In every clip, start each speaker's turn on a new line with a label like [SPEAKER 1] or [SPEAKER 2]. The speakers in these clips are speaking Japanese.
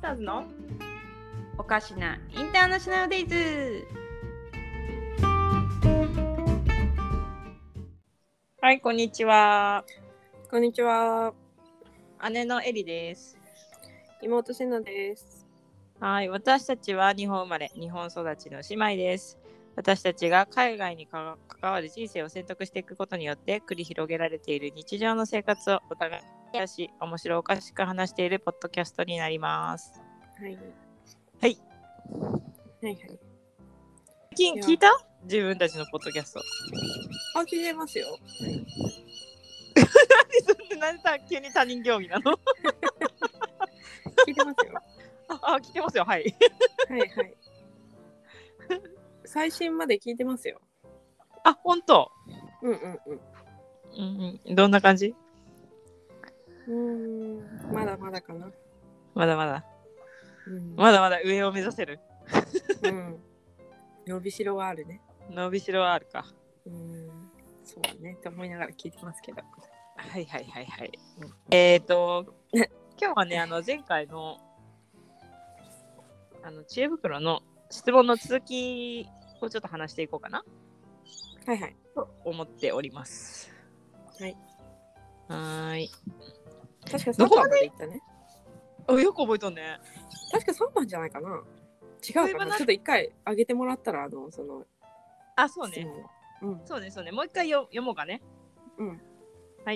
[SPEAKER 1] ターズのおかしなインターナショナルデイズ。はい、こんにちは。
[SPEAKER 2] こんにちは。
[SPEAKER 1] 姉のエリです。
[SPEAKER 2] 妹シナです。
[SPEAKER 1] はい、私たちは日本生まれ、日本育ちの姉妹です。私たちが海外に関わる人生を選択していくことによって繰り広げられている日常の生活をお互いにし、面白おかしく話しているポッドキャストになります。
[SPEAKER 2] はい。
[SPEAKER 1] はい。
[SPEAKER 2] はいはい。
[SPEAKER 1] 聞いた？自分たちのポッドキャスト。
[SPEAKER 2] あ、聞いてますよ。
[SPEAKER 1] なんでさ、急に他人行儀なの？
[SPEAKER 2] 聞いてますよ。
[SPEAKER 1] 聞いてますよ。はい。
[SPEAKER 2] はいはい。最新まで聞いてますよ。
[SPEAKER 1] あ、本当。どんな感じ？
[SPEAKER 2] まだまだかな。
[SPEAKER 1] まだまだ。まだまだ上を目指せる。
[SPEAKER 2] 伸びしろはあるね。
[SPEAKER 1] 伸びしろはあるか。
[SPEAKER 2] そうだね。と思いながら聞いてますけど。
[SPEAKER 1] はいはいはいはい。今日はね、前回の知恵袋の質問の続きをちょっと話していこうかな。
[SPEAKER 2] はいはい。
[SPEAKER 1] と思っております。はい。
[SPEAKER 2] 確か3番までいったね。
[SPEAKER 1] よく覚えとんね。
[SPEAKER 2] 確か3番じゃないかな。違うかな。ちょっと一回上げてもらったら
[SPEAKER 1] そうね。そうねそうね。もう一回読もうかね。はい。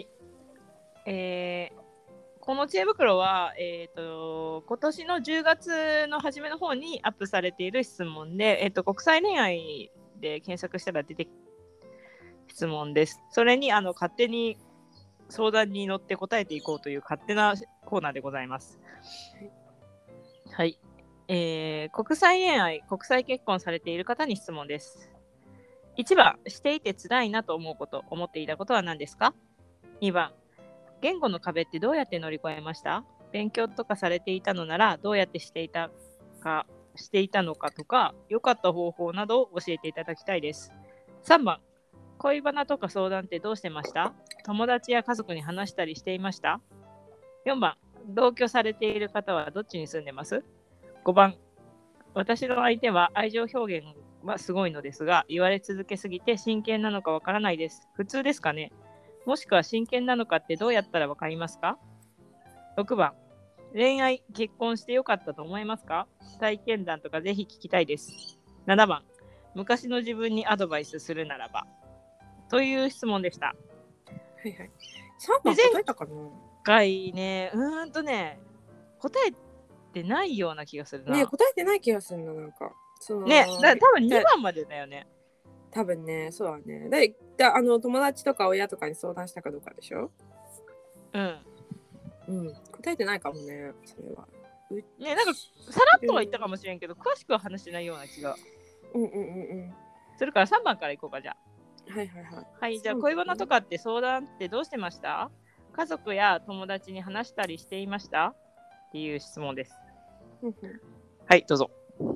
[SPEAKER 1] この知恵袋は、今年の10月の初めの方にアップされている質問で、国際恋愛で検索したら出てきた質問です。それに勝手に相談に乗って答えていこうという勝手なコーナーでございます。はい。国際恋愛、国際結婚されている方に質問です。1番、していて辛いなと思っていたことは何ですか？ 2 番、言語の壁ってどうやって乗り越えました？勉強とかされていたのならどうやってしていたのかとか、良かった方法などを教えていただきたいです。3番、恋バナとか相談ってどうしてました？友達や家族に話したりしていました？ 4 番、同居されている方はどっちに住んでます？ 5 番、私の相手は愛情表現はすごいのですが、言われ続けすぎて真剣なのかわからないです。普通ですかね？もしくは真剣なのかってどうやったらわかりますか？ 6 番、恋愛、結婚してよかったと思いますか？体験談とかぜひ聞きたいです。7番、昔の自分にアドバイスするならば、という質問でした。
[SPEAKER 2] はいはい。3番答えたかな？
[SPEAKER 1] 前回ね、答えてないような気がするな。
[SPEAKER 2] ね、答えてない気がするな、なんか。
[SPEAKER 1] ね、多分2番までだよね。
[SPEAKER 2] 多分ね、そうだね。友達とか親とかに相談したかどうかでしょ？答えてないかもね、それは。
[SPEAKER 1] ね、なんかさらっとは言ったかもしれんけど、詳しくは話してないような気がするから3番からいこうか、じゃあ。はい、じゃあ恋バナとかって相談ってどうしてました？家族や友達に話したりしていましたっていう質問です。はい、どうぞ。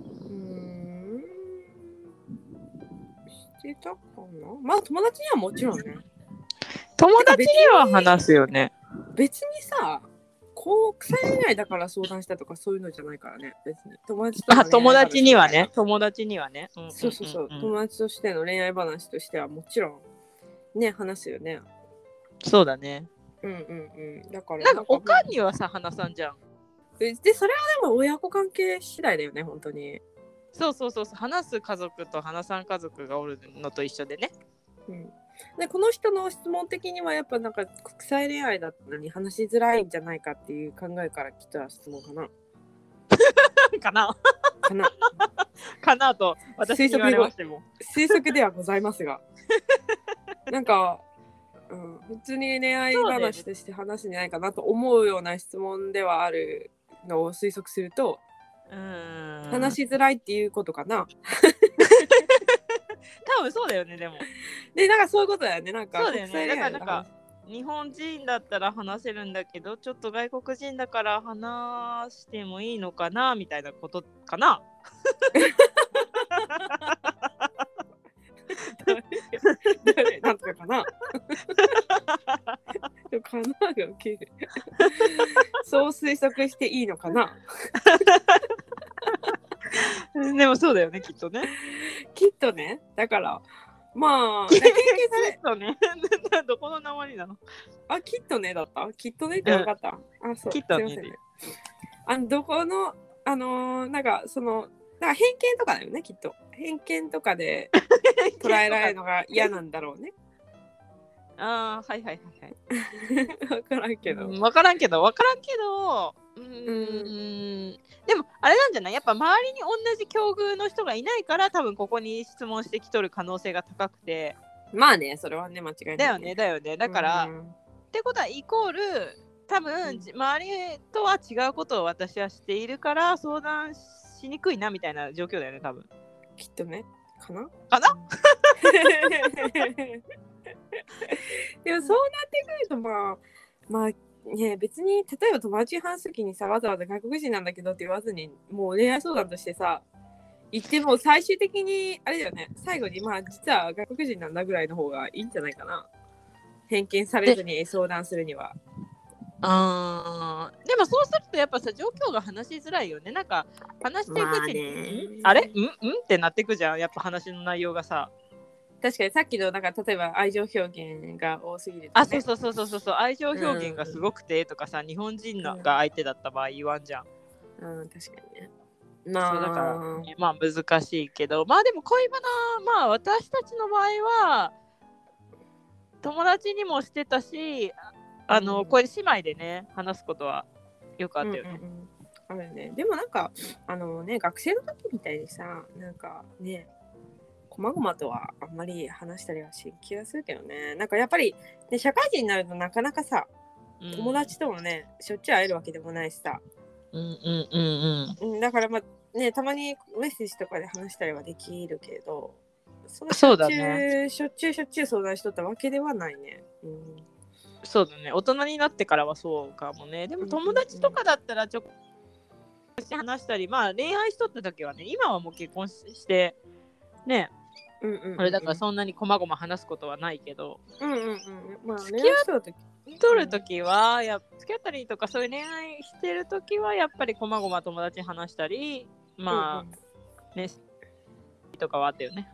[SPEAKER 2] してたかな？まあ友達にはもちろんね。
[SPEAKER 1] 友達には話すよね。
[SPEAKER 2] 別にさ、国際恋愛だから相談したとかそういうのじゃないからね、別に。友達にはね。
[SPEAKER 1] 友達にはね。
[SPEAKER 2] そう。友達としての恋愛話としてはもちろんね、話すよね。
[SPEAKER 1] そうだね。
[SPEAKER 2] だから
[SPEAKER 1] なんかおかんにはさ、話さんじゃん。
[SPEAKER 2] で、それはでも親子関係次第だよね、本当に。
[SPEAKER 1] そう。話す家族と話さん家族がおるのと一緒でね。
[SPEAKER 2] でこの人の質問的にはやっぱなんか国際恋愛だったのに話しづらいんじゃないかっていう考えから来た質問かな。
[SPEAKER 1] かなと私に言われましても。
[SPEAKER 2] 推測ではございますが。なんか、普通に恋愛話として話してないかなと思うような質問ではあるのを推測すると、話しづらいっていうことかな。
[SPEAKER 1] 多分そうだよね、でも。
[SPEAKER 2] で、なんかそういうことだよね。なんか
[SPEAKER 1] そうだよね。だからなんか日本人だったら話せるんだけど、ちょっと外国人だから話してもいいのかなみたいなことかな。
[SPEAKER 2] なんとかかな。 かなが受ける。そう推測していいのかな。
[SPEAKER 1] でもそうだよね、きっとね。
[SPEAKER 2] きっとね。だからまあ経験され
[SPEAKER 1] きっとね。どこの名前なの？
[SPEAKER 2] あ、きっとねだった。きっとねって分かった。あ、そう。
[SPEAKER 1] きっとね
[SPEAKER 2] すいませんね。どこのなんかなんか偏見とかだよね、きっと。偏見とかで捉えられるのが嫌なんだろうね。
[SPEAKER 1] ああ、はいはいはいはい。
[SPEAKER 2] 分からんけど。
[SPEAKER 1] 分からんけど、でもあれなんじゃない？やっぱ周りに同じ境遇の人がいないから多分ここに質問してきとる可能性が高くて。
[SPEAKER 2] まあね、それはね、間違いない、ね。
[SPEAKER 1] だよね。だから、ってことはイコール多分、周りとは違うことを私はしているから相談しにくいなみたいな状況だよね、多分。
[SPEAKER 2] きっとね。かなでもそうなってくるとまあね、別に例えば友達に話すときにさ、わざわざ外国人なんだけどって言わずにもう恋愛相談としてさ言っても最終的にあれだよね、最後にまあ実は外国人なんだぐらいの方がいいんじゃないかな。偏見されずに相談するには。
[SPEAKER 1] でもそうするとやっぱさ、状況が話しづらいよね。なんか話していくうちに、あれってなってくじゃん、やっぱ話の内容がさ。
[SPEAKER 2] 確かにさっきのなんか例えば愛情表現が多すぎる、ね、
[SPEAKER 1] あ、そう愛情表現がすごくてとかさ、日本人が相手だった場合言わんじゃん。
[SPEAKER 2] 確かにね。
[SPEAKER 1] そうだから、ね、まあ難しいけど、まあでも恋バナ、まあ私たちの場合は友達にもしてたし、これ姉妹でね話すことはよくあったよね。
[SPEAKER 2] あるね。でもなんか学生の時みたいにさ、なんかね、こまごまとはあんまり話したりはしん気がするけどね。なんかやっぱり、ね、社会人になるとなかなかさ、友達ともねしょっちゅう会えるわけでもないしさ。だからまあね、たまにメッセージとかで話したりはできるけど、
[SPEAKER 1] そうだね。
[SPEAKER 2] しょっちゅう相談しとったわけではないね。
[SPEAKER 1] そうだね。大人になってからはそうかもね。でも友達とかだったらちょっと話したり、まあ恋愛しとった時はね、今はもう結婚してね、あれだからそんなにこまごま話すことはないけど、
[SPEAKER 2] まあ、
[SPEAKER 1] 付き合っとる時は付き合ったりとかそういう恋愛してる時はやっぱりこまごま友達に話したり、まあねとかはあったよね。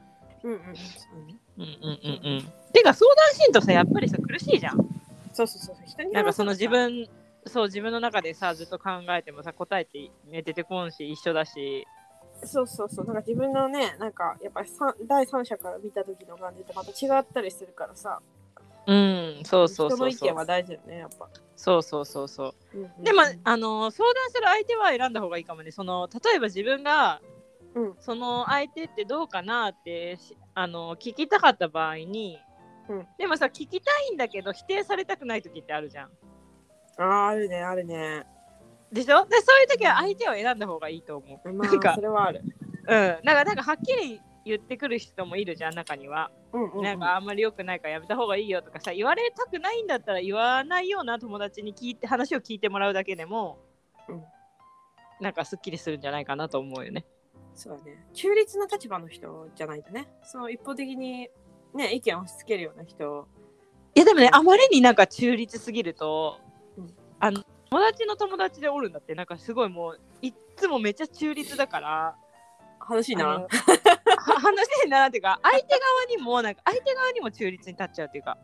[SPEAKER 1] てか相談しんとさ、やっぱりさ苦しいじゃん。
[SPEAKER 2] そう人に
[SPEAKER 1] なんかその自分の中でさずっと考えてもさ答えて、ね、出てこんし一緒だし。
[SPEAKER 2] そうなんか自分のね、なんかやっぱり第三者から見た時の感じってまた違ったりするからさ。そう人の意見は大事だよね、やっぱ。そう。
[SPEAKER 1] でも相談する相手は選んだ方がいいかもね。例えば自分が、その相手ってどうかなって聞きたかった場合に、でもさ聞きたいんだけど否定されたくない時ってあるじゃん。
[SPEAKER 2] あるね。
[SPEAKER 1] でしょ？でそういう時は相手を選んだ方がいいと思う。
[SPEAKER 2] まあそれはある。
[SPEAKER 1] なんかはっきり言ってくる人もいるじゃん、中には。なんかあんまり良くないからやめた方がいいよとかさ、言われたくないんだったら言わないような友達に話を聞いてもらうだけでも、なんかすっきりするんじゃないかなと思うよね。
[SPEAKER 2] そうね。中立な立場の人じゃないとね。一方的にね意見を押し付けるような人。
[SPEAKER 1] いやでもね、あまりになんか中立すぎると、友達でおるんだって、なんかすごいもういっつもめっちゃ中立だから。
[SPEAKER 2] 話しいな
[SPEAKER 1] っていうか相手側にも中立に立っちゃうっていうか、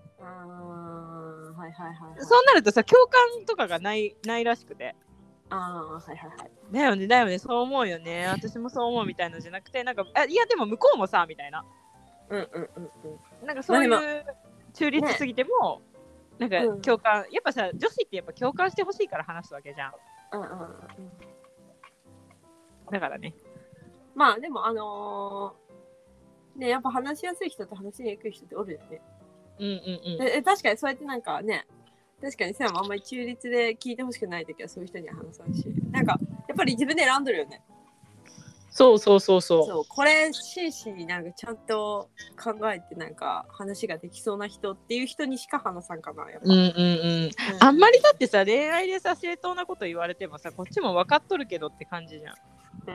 [SPEAKER 1] そうなるとさ共感とかがないらしくて、だよねそう思うよね、私もそう思うみたいのじゃなくて、なんかいやでも向こうもさみたいな、なんかそういう中立すぎても、なんか共感、やっぱさ女子ってやっぱ共感してほしいから話すわけじゃん。だからね、
[SPEAKER 2] まあでもね、やっぱ話しやすい人と話しにくい人っておるよね。確かにそうやってなんかね、確かにさ、あんまり中立で聞いてほしくないときはそういう人には話さんし、なんかやっぱり自分で選んどるよね。そうこれ真摯になんかちゃんと考えてなんか話ができそうな人っていう人にしか話さんかな、やっぱ。
[SPEAKER 1] あんまりだってさ恋愛でさ正当なこと言われてもさこっちも分かっとるけどって感じじゃん。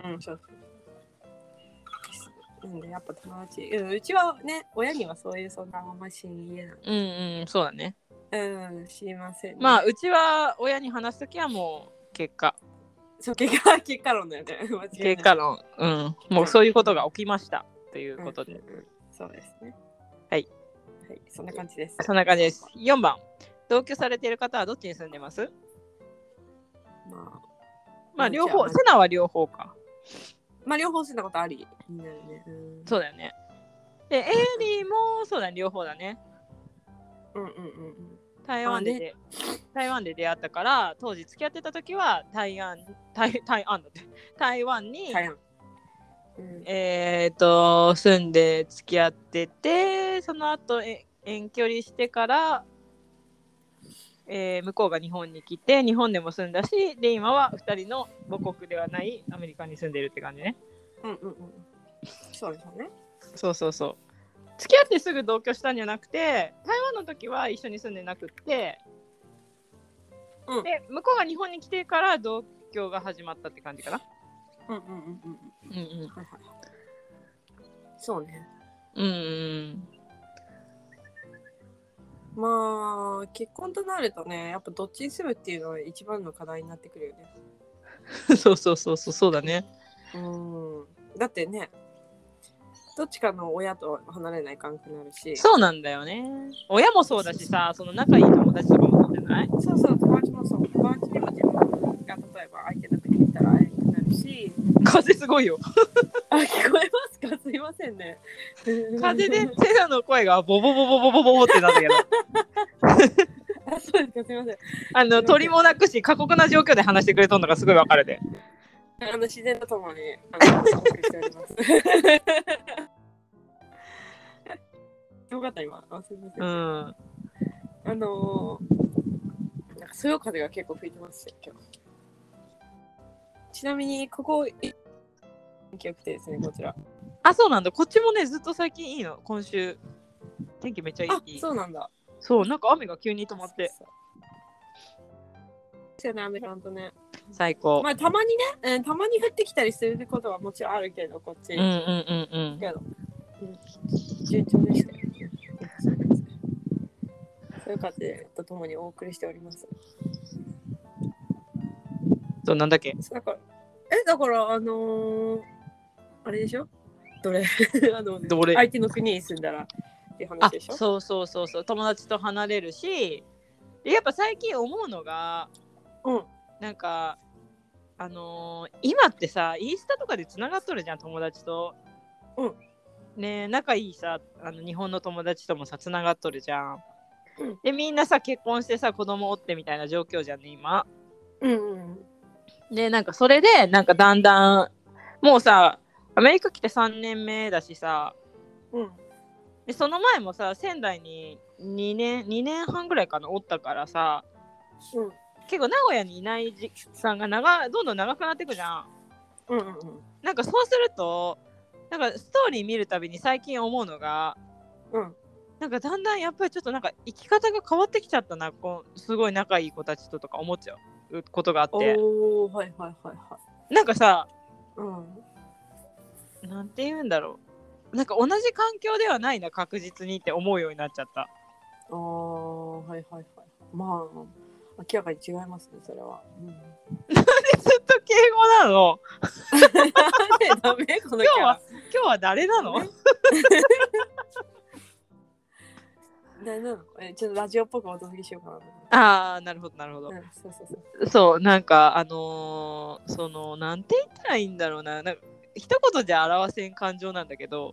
[SPEAKER 2] やっぱ友達、うちはね親にはそういうそんなあんまし言えない。
[SPEAKER 1] そうだね。
[SPEAKER 2] 知りません、ね。
[SPEAKER 1] まあうちは親に話すときはもう結果
[SPEAKER 2] 論だよね。
[SPEAKER 1] 結果論、もうそういうことが起きましたということで、
[SPEAKER 2] そうですね。
[SPEAKER 1] はい、
[SPEAKER 2] はい、そんな感じです。
[SPEAKER 1] そんな感じです。4番、同居されている方はどっちに住んでます？まあ両方、セナは両方か。
[SPEAKER 2] まあ両方住んだことありになるね。
[SPEAKER 1] そうだよね。で、エリーもそうだね、両方だね。台湾で出会ったから、当時付き合ってた時は台湾に住んで付き合ってて、その後遠距離してから、向こうが日本に来て日本でも住んだし、で今は2人の母国ではないアメリカに住んでるって感じね。
[SPEAKER 2] そうですよね。
[SPEAKER 1] そう付き合ってすぐ同居したんじゃなくて、台湾の時は一緒に住んでなくって、で向こうが日本に来てから同居が始まったって感じかな。
[SPEAKER 2] そうね。まあ結婚となるとね、やっぱどっちに住むっていうのが一番の課題になってくるよね。
[SPEAKER 1] そうだね。
[SPEAKER 2] だってね、どっちかの親と離れない関係になるし。
[SPEAKER 1] そうなんだよね。親もそうだしさ、その仲いい友達とかもそうじゃない？
[SPEAKER 2] そう、友達もそう。友達にも自分が例えば相手の国にいたら会えなくなるし。
[SPEAKER 1] 風すごいよ。
[SPEAKER 2] 聞こえますか？すいませんね。
[SPEAKER 1] 風でセナの声がボボボボボボボボってなったけど。
[SPEAKER 2] そうですか、すいません。
[SPEAKER 1] 鳥もなくし過酷な状況で話してくれとんのがすごい分かるで。
[SPEAKER 2] 自然とともにお送りしております。よかった今。すいません。なんかそよ風が結構吹いてますよ今日。ちなみにここ天気良くてですね、こちら。
[SPEAKER 1] あ、そうなんだ。こっちもね、ずっと最近いいの。今週天気めっちゃいい。
[SPEAKER 2] あ、そうなんだ。
[SPEAKER 1] そう、なんか雨が急に止まって。
[SPEAKER 2] ですよね、雨なんとね。
[SPEAKER 1] 最高。
[SPEAKER 2] まあたまにね、たまに降ってきたりすることはもちろんあるけど、こっち。けど、順調でしたよ。そういう風とともにお送りしております。
[SPEAKER 1] そう、なんだっけ。
[SPEAKER 2] だからあれでしょ？どれ相手の国に住んだらっていう話でしょ？
[SPEAKER 1] そう、友達と離れるし、でやっぱ最近思うのが、なんか今ってさ、インスタとかでつながっとるじゃん、友達と。ね、仲いいさ、日本の友達ともさつながっとるじゃん。でみんなさ結婚してさ子供おってみたいな状況じゃんね今。でなんかそれでなんかだんだんもうさアメリカ来て3年目だしさ、でその前もさ仙台に2年半ぐらいかなおったからさ、結構名古屋にいない時間がどんどん長くなってくじゃん。なんかそうするとなんかストーリー見るたびに最近思うのが、なんかだんだんやっぱりちょっとなんか生き方が変わってきちゃったな、すごい仲いい子たちとか思っちゃうことがあって。なんかさ、なんて言うんだろう、なんか同じ環境ではないな確実にって思うようになっちゃった。
[SPEAKER 2] まあ明らかに違いますねそれは。
[SPEAKER 1] なんでずっと敬語なの？
[SPEAKER 2] ダメこの
[SPEAKER 1] 今日は誰なの？
[SPEAKER 2] ちょっとラジオっぽくお届けしようかな。
[SPEAKER 1] なるほど。そうなんかそのなんて言ったらいいんだろうな、なんか一言じゃ表せん感情なんだけど、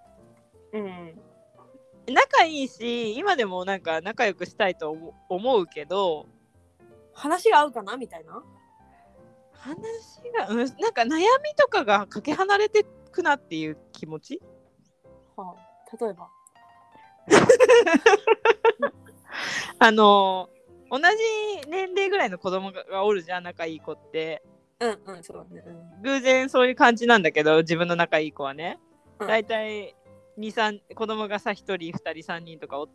[SPEAKER 1] 仲いいし今でもなんか仲良くしたいと思うけど、
[SPEAKER 2] 話が合うかなみたいな
[SPEAKER 1] 話が、なんか悩みとかがかけ離れてくなっていう気持ち。
[SPEAKER 2] 例えば
[SPEAKER 1] 同じ年齢ぐらいの子供がおるじゃん、仲いい子って。
[SPEAKER 2] そうだね。
[SPEAKER 1] 偶然そういう感じなんだけど、自分の仲いい子はね、だいたい2、3子供がさ1人2人3人とかおって、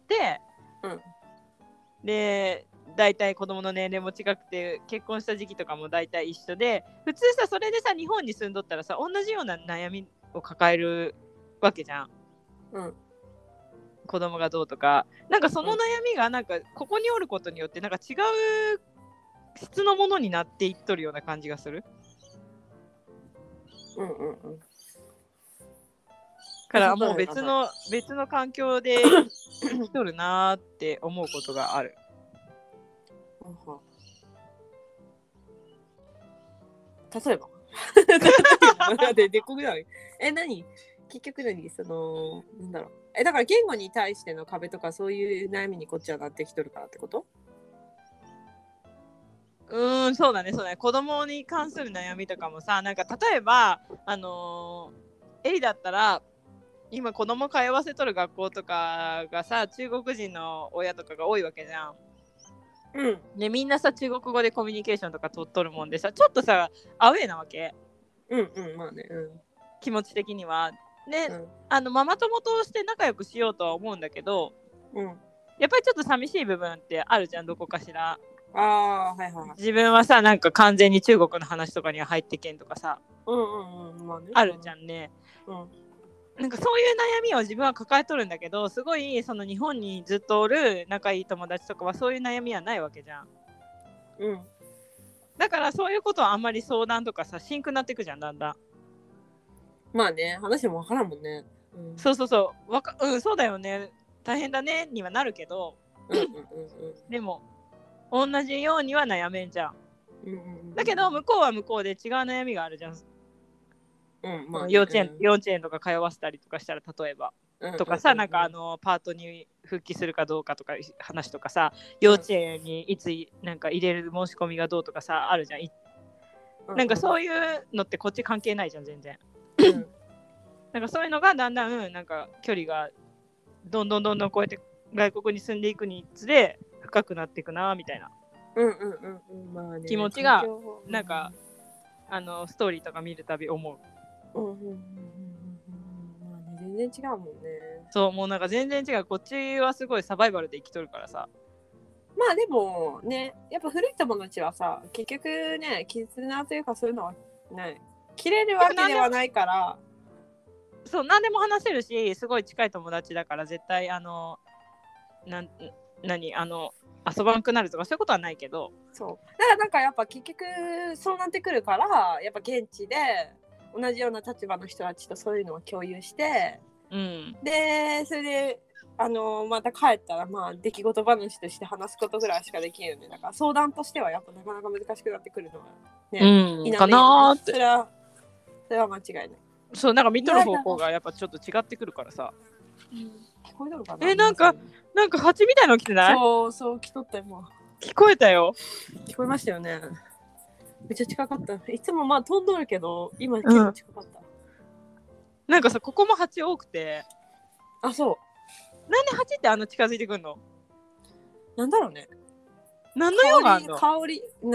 [SPEAKER 1] でだいたい子供の年齢も違くて結婚した時期とかもだいたい一緒で、普通さそれでさ日本に住んどったらさ同じような悩みを抱えるわけじゃん。 子供がどうとか、なんかその悩みがなんかここにおることによってなんか違う質のものになっていっとるような感じがする。
[SPEAKER 2] うんうんうん。
[SPEAKER 1] からもう別の環境で生きとるなーって思うことがある。
[SPEAKER 2] 例えばでこぐらい。何結局何そのなんだろう。だから言語に対しての壁とかそういう悩みにこっちはなってきとるからってこと？
[SPEAKER 1] そうだねそうだね。子供に関する悩みとかもさ、なんか例えばエリだったら今子供通わせとる学校とかがさ、中国人の親とかが多いわけじゃん。
[SPEAKER 2] うん。
[SPEAKER 1] でみんなさ中国語でコミュニケーションとか取っとるもんでさ、ちょっとさアウェーなわけ。
[SPEAKER 2] うんうんまあね。
[SPEAKER 1] 気持ち的には。で、
[SPEAKER 2] うん、
[SPEAKER 1] ママ友として仲良くしようとは思うんだけど、
[SPEAKER 2] うん。
[SPEAKER 1] やっぱりちょっと寂しい部分ってあるじゃん、どこかしら。
[SPEAKER 2] ああはいはいはい。
[SPEAKER 1] 自分はさなんか完全に中国の話とかには入ってけんとかさ、
[SPEAKER 2] まあね。
[SPEAKER 1] あるじゃんね。なんかそういう悩みを自分は抱えとるんだけど、すごいその日本にずっとおる仲いい友達とかはそういう悩みはないわけじゃん。だからそういうことはあんまり相談とかさしんくなってくじゃん、だんだん。ま
[SPEAKER 2] あね、話もわからんもんね。
[SPEAKER 1] そうそうだよね、大変だねにはなるけど、でも同じようには悩めんじゃん。だけど向こうは向こうで違う悩みがあるじゃん。まあ、幼稚園とか通わせたりとかしたら例えば、とかさ、なんかパートに復帰するかどうかとか話とかさ、幼稚園にいつなんか入れる申し込みがどうとかさあるじゃん。なんかそういうのってこっち関係ないじゃん全然。なんかそういうのがだんだんなんか距離がどんどんこうやって外国に住んでいくにつれ深くなっていくなみたいな気持ちがなんかストーリーとか見るたび思う。
[SPEAKER 2] まあね、全然違うもんね。
[SPEAKER 1] そう、もうなんか全然違う。こっちはすごいサバイバルで生きとるからさ。
[SPEAKER 2] まあでもね、やっぱ古い友達はさ、結局ね、絆というかそういうのはね、切れるわけではないから。
[SPEAKER 1] そう、何でも話せるし、すごい近い友達だから絶対遊ばんくなるとかそういうことはないけど。
[SPEAKER 2] そうだからなんかやっぱ結局そうなってくるから、やっぱ現地で同じような立場の人たちとそういうのを共有して、でそれでまた帰ったらまあ出来事話として話すことぐらいしかできんよね。だから相談としてはやっぱなかなか難しくなってくるのはね、
[SPEAKER 1] かなーって。
[SPEAKER 2] それは間違いない。
[SPEAKER 1] そう、なんか見とる方向がやっぱちょっと違ってくるからさ。
[SPEAKER 2] 聞こえたのかな。
[SPEAKER 1] なんか蜂みたいなの来てない？
[SPEAKER 2] そう来とったよ。もう
[SPEAKER 1] 聞こえたよ。
[SPEAKER 2] 聞こえましたよね。めっちゃ近かった。いつもまあ飛んどるけど今結構近かった。
[SPEAKER 1] なんかさ、ここも蜂多くて。
[SPEAKER 2] あ、そう。
[SPEAKER 1] なんで蜂って近づいてくんの？
[SPEAKER 2] なんだろうね。
[SPEAKER 1] 何の用があるの？
[SPEAKER 2] 香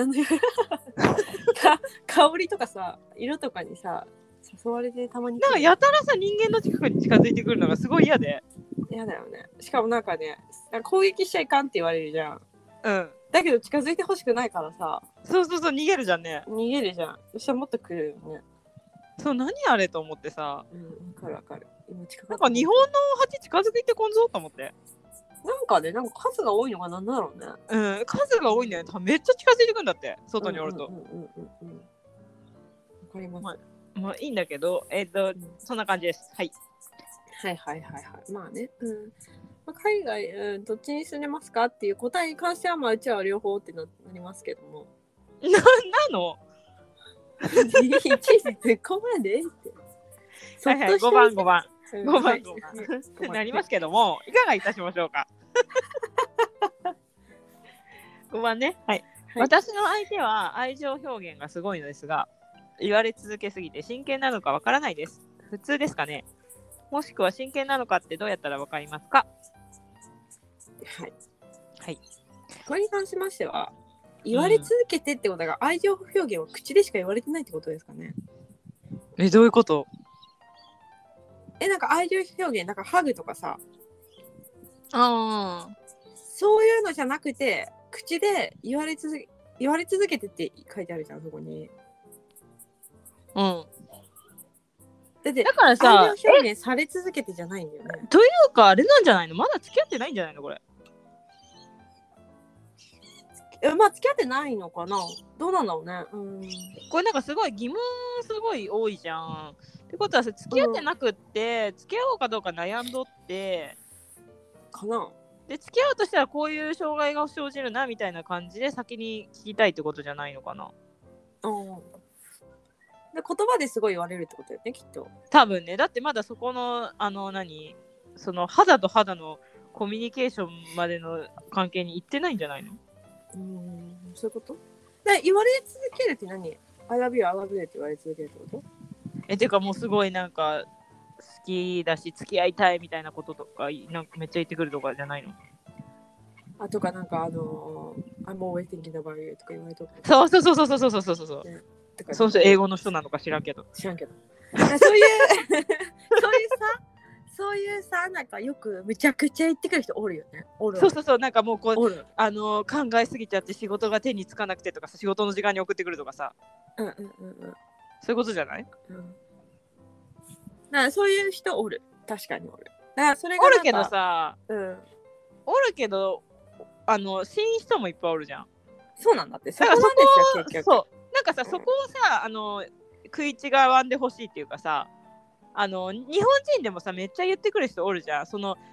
[SPEAKER 2] りとかさ、色とかにさ誘われてたまに。
[SPEAKER 1] なんかやたらさ人間の近くに近づいてくるのがすごい嫌で。
[SPEAKER 2] 嫌だよね。しかもなんかね、攻撃しちゃいかんって言われるじゃん。だけど近づいてほしくないからさ。
[SPEAKER 1] そう逃げるじゃんね。
[SPEAKER 2] 逃げるじゃん。そしたらもっと来るよね。
[SPEAKER 1] そう、何あれと思ってさ。
[SPEAKER 2] わかる。今近
[SPEAKER 1] なんか日本の蜂近づいてこんぞと思って。
[SPEAKER 2] なんかね、なんか数が多いのがなんだろうね。
[SPEAKER 1] 数が多いんだよ。めっちゃ近づいてくんだって、外におると。わ
[SPEAKER 2] かります。
[SPEAKER 1] まあいいんだけど、そんな感じです。はい。
[SPEAKER 2] まあね。海外、どっちに住んでますかっていう答えに関しては、まあうちは両方ってなりますけども。
[SPEAKER 1] なの
[SPEAKER 2] いちいち突っ込まんでって
[SPEAKER 1] 5番なりますけども、いかがいたしましょうか。5番ね、はい。私の相手は愛情表現がすごいのですが、言われ続けすぎて真剣なのかわからないです。普通ですかね。もしくは真剣なのかってどうやったらわかりますか？はい。
[SPEAKER 2] これに関しましては、言われ続けてってことが、愛情表現は口でしか言われてないってことですかね。
[SPEAKER 1] どういうこと？
[SPEAKER 2] なんか愛情表現、なんかハグとかさ、
[SPEAKER 1] そう
[SPEAKER 2] いうのじゃなくて、口で言われ続けてって書いてあるじゃん、そこに。 だって
[SPEAKER 1] だからさ、
[SPEAKER 2] 愛情表現され続けてじゃないんだよね。
[SPEAKER 1] というかあれなんじゃないの？まだ付き合ってないんじゃないのこれ。
[SPEAKER 2] まあ付き合ってないのかな。どうなんだろうね。
[SPEAKER 1] これなんかすごい疑問すごい多いじゃん。ってことはさ、付き合ってなくって、付き合おうかどうか悩んどって
[SPEAKER 2] かな。
[SPEAKER 1] で付き合うとしたらこういう障害が生じるなみたいな感じで先に聞きたいってことじゃないのかな。
[SPEAKER 2] で言葉ですごい言われるってことだよね、きっと。
[SPEAKER 1] 多分ね。だってまだそこのその肌と肌のコミュニケーションまでの関係に行ってないんじゃないの？
[SPEAKER 2] そういうこと？で言われ続けるって何？ I love you, I love you って言われ続けるってこと？
[SPEAKER 1] てかもうすごいなんか好きだし付き合いたいみたいなこととかなんかめっちゃ言ってくるとかじゃないの？
[SPEAKER 2] あとかなんかI'm always thinking about you とか言われとく。
[SPEAKER 1] そうそうそうそうそうそうそうそう、ね、そうそう英語の人なのか知らんけど
[SPEAKER 2] そういうそういうさなんかよくめちゃくちゃ言ってくる人おるよね。
[SPEAKER 1] そうそうそうなんかもうこう考えすぎちゃって仕事が手につかなくてとかさ仕事の時間に送ってくるとかさそういうことじゃない？
[SPEAKER 2] なんかそういう人おる。確かにおる。だからそれが
[SPEAKER 1] おるけどさ、おるけど死因人もいっぱいおるじゃん。
[SPEAKER 2] そうなんだって。そこなんですよ結局。
[SPEAKER 1] そうなんかさ、そこをさ食い違わんでほしいっていうかさ日本人でもさめっちゃ言ってくる人おるじゃん。その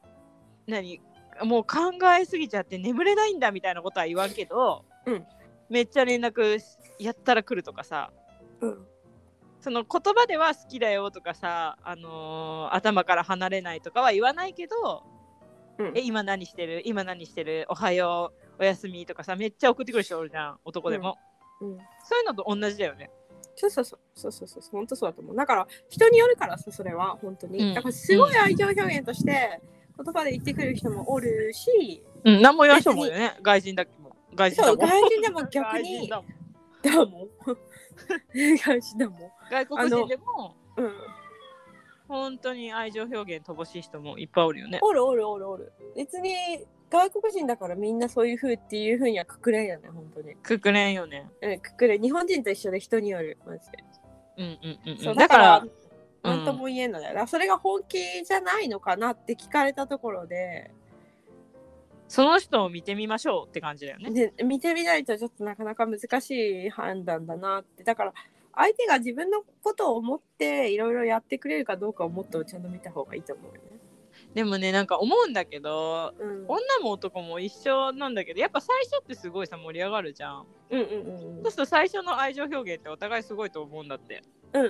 [SPEAKER 1] もう考えすぎちゃって眠れないんだみたいなことは言わんけど、めっちゃ連絡やったら来るとかさ、その言葉では好きだよとかさ、頭から離れないとかは言わないけど、今何してる今何してるおはようおやすみとかさめっちゃ送ってくる人おるじゃん男でも、そういうのと同じだよね。
[SPEAKER 2] そう本当そうだと思う。だから人によるからさそれは本当に、だからすごい愛情表現として言葉で言ってくる人もおるし、
[SPEAKER 1] 何も言わん人もよね。外人だけど外人
[SPEAKER 2] でも逆にだもん外人だもん
[SPEAKER 1] 外国人でも本当に愛情表現乏しい人もいっぱいおるよね。
[SPEAKER 2] おる。別に外国人だからみんなそういう風っていう風にはくくれんよね、本当に。
[SPEAKER 1] くくれんよね。
[SPEAKER 2] くくれん。日本人と一緒で人による、マジで。そう
[SPEAKER 1] だから
[SPEAKER 2] なんとも言えんのだよ。それが本気じゃないのかなって聞かれたところで、
[SPEAKER 1] その人を見てみましょうって感じだよね。
[SPEAKER 2] で見てみないとちょっとなかなか難しい判断だなって。だから相手が自分のことを思っていろいろやってくれるかどうかをもっとちゃんと見た方がいいと思うよね。
[SPEAKER 1] でもねなんか思うんだけど、女も男も一緒なんだけどやっぱ最初ってすごいさ盛り上がるじゃん。そうすると最初の愛情表現ってお互いすごいと思うんだって。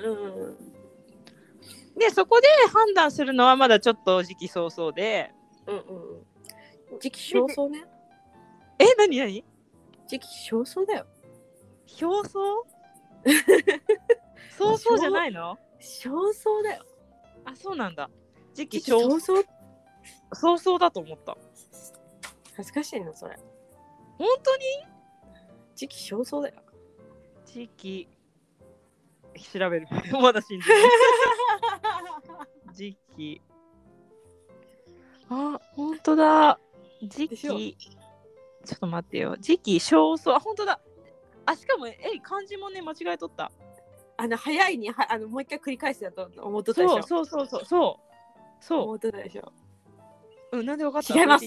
[SPEAKER 1] でそこで判断するのはまだちょっと時期尚早で。
[SPEAKER 2] 時期尚早ね。
[SPEAKER 1] 何？
[SPEAKER 2] 時期尚早だよ。
[SPEAKER 1] 表層？早々じゃないの？
[SPEAKER 2] 尚早だよ。
[SPEAKER 1] あ、そうなんだ。時期
[SPEAKER 2] 尚早？
[SPEAKER 1] 早々だと思った。
[SPEAKER 2] 恥ずかしいのそれ。
[SPEAKER 1] 本当に？
[SPEAKER 2] 時期尚早だよ。
[SPEAKER 1] 時期調べる。まだ信じない。時期。あ、本当だ。時期。ちょっと待ってよ。時期尚早。あ、本当だ。あ、しかも漢字もね間違えとった。
[SPEAKER 2] 早いにもう一回繰り返すだと思っとったでしょ。
[SPEAKER 1] そう
[SPEAKER 2] 思っとったでしょ。
[SPEAKER 1] なんで分かった？
[SPEAKER 2] 違います。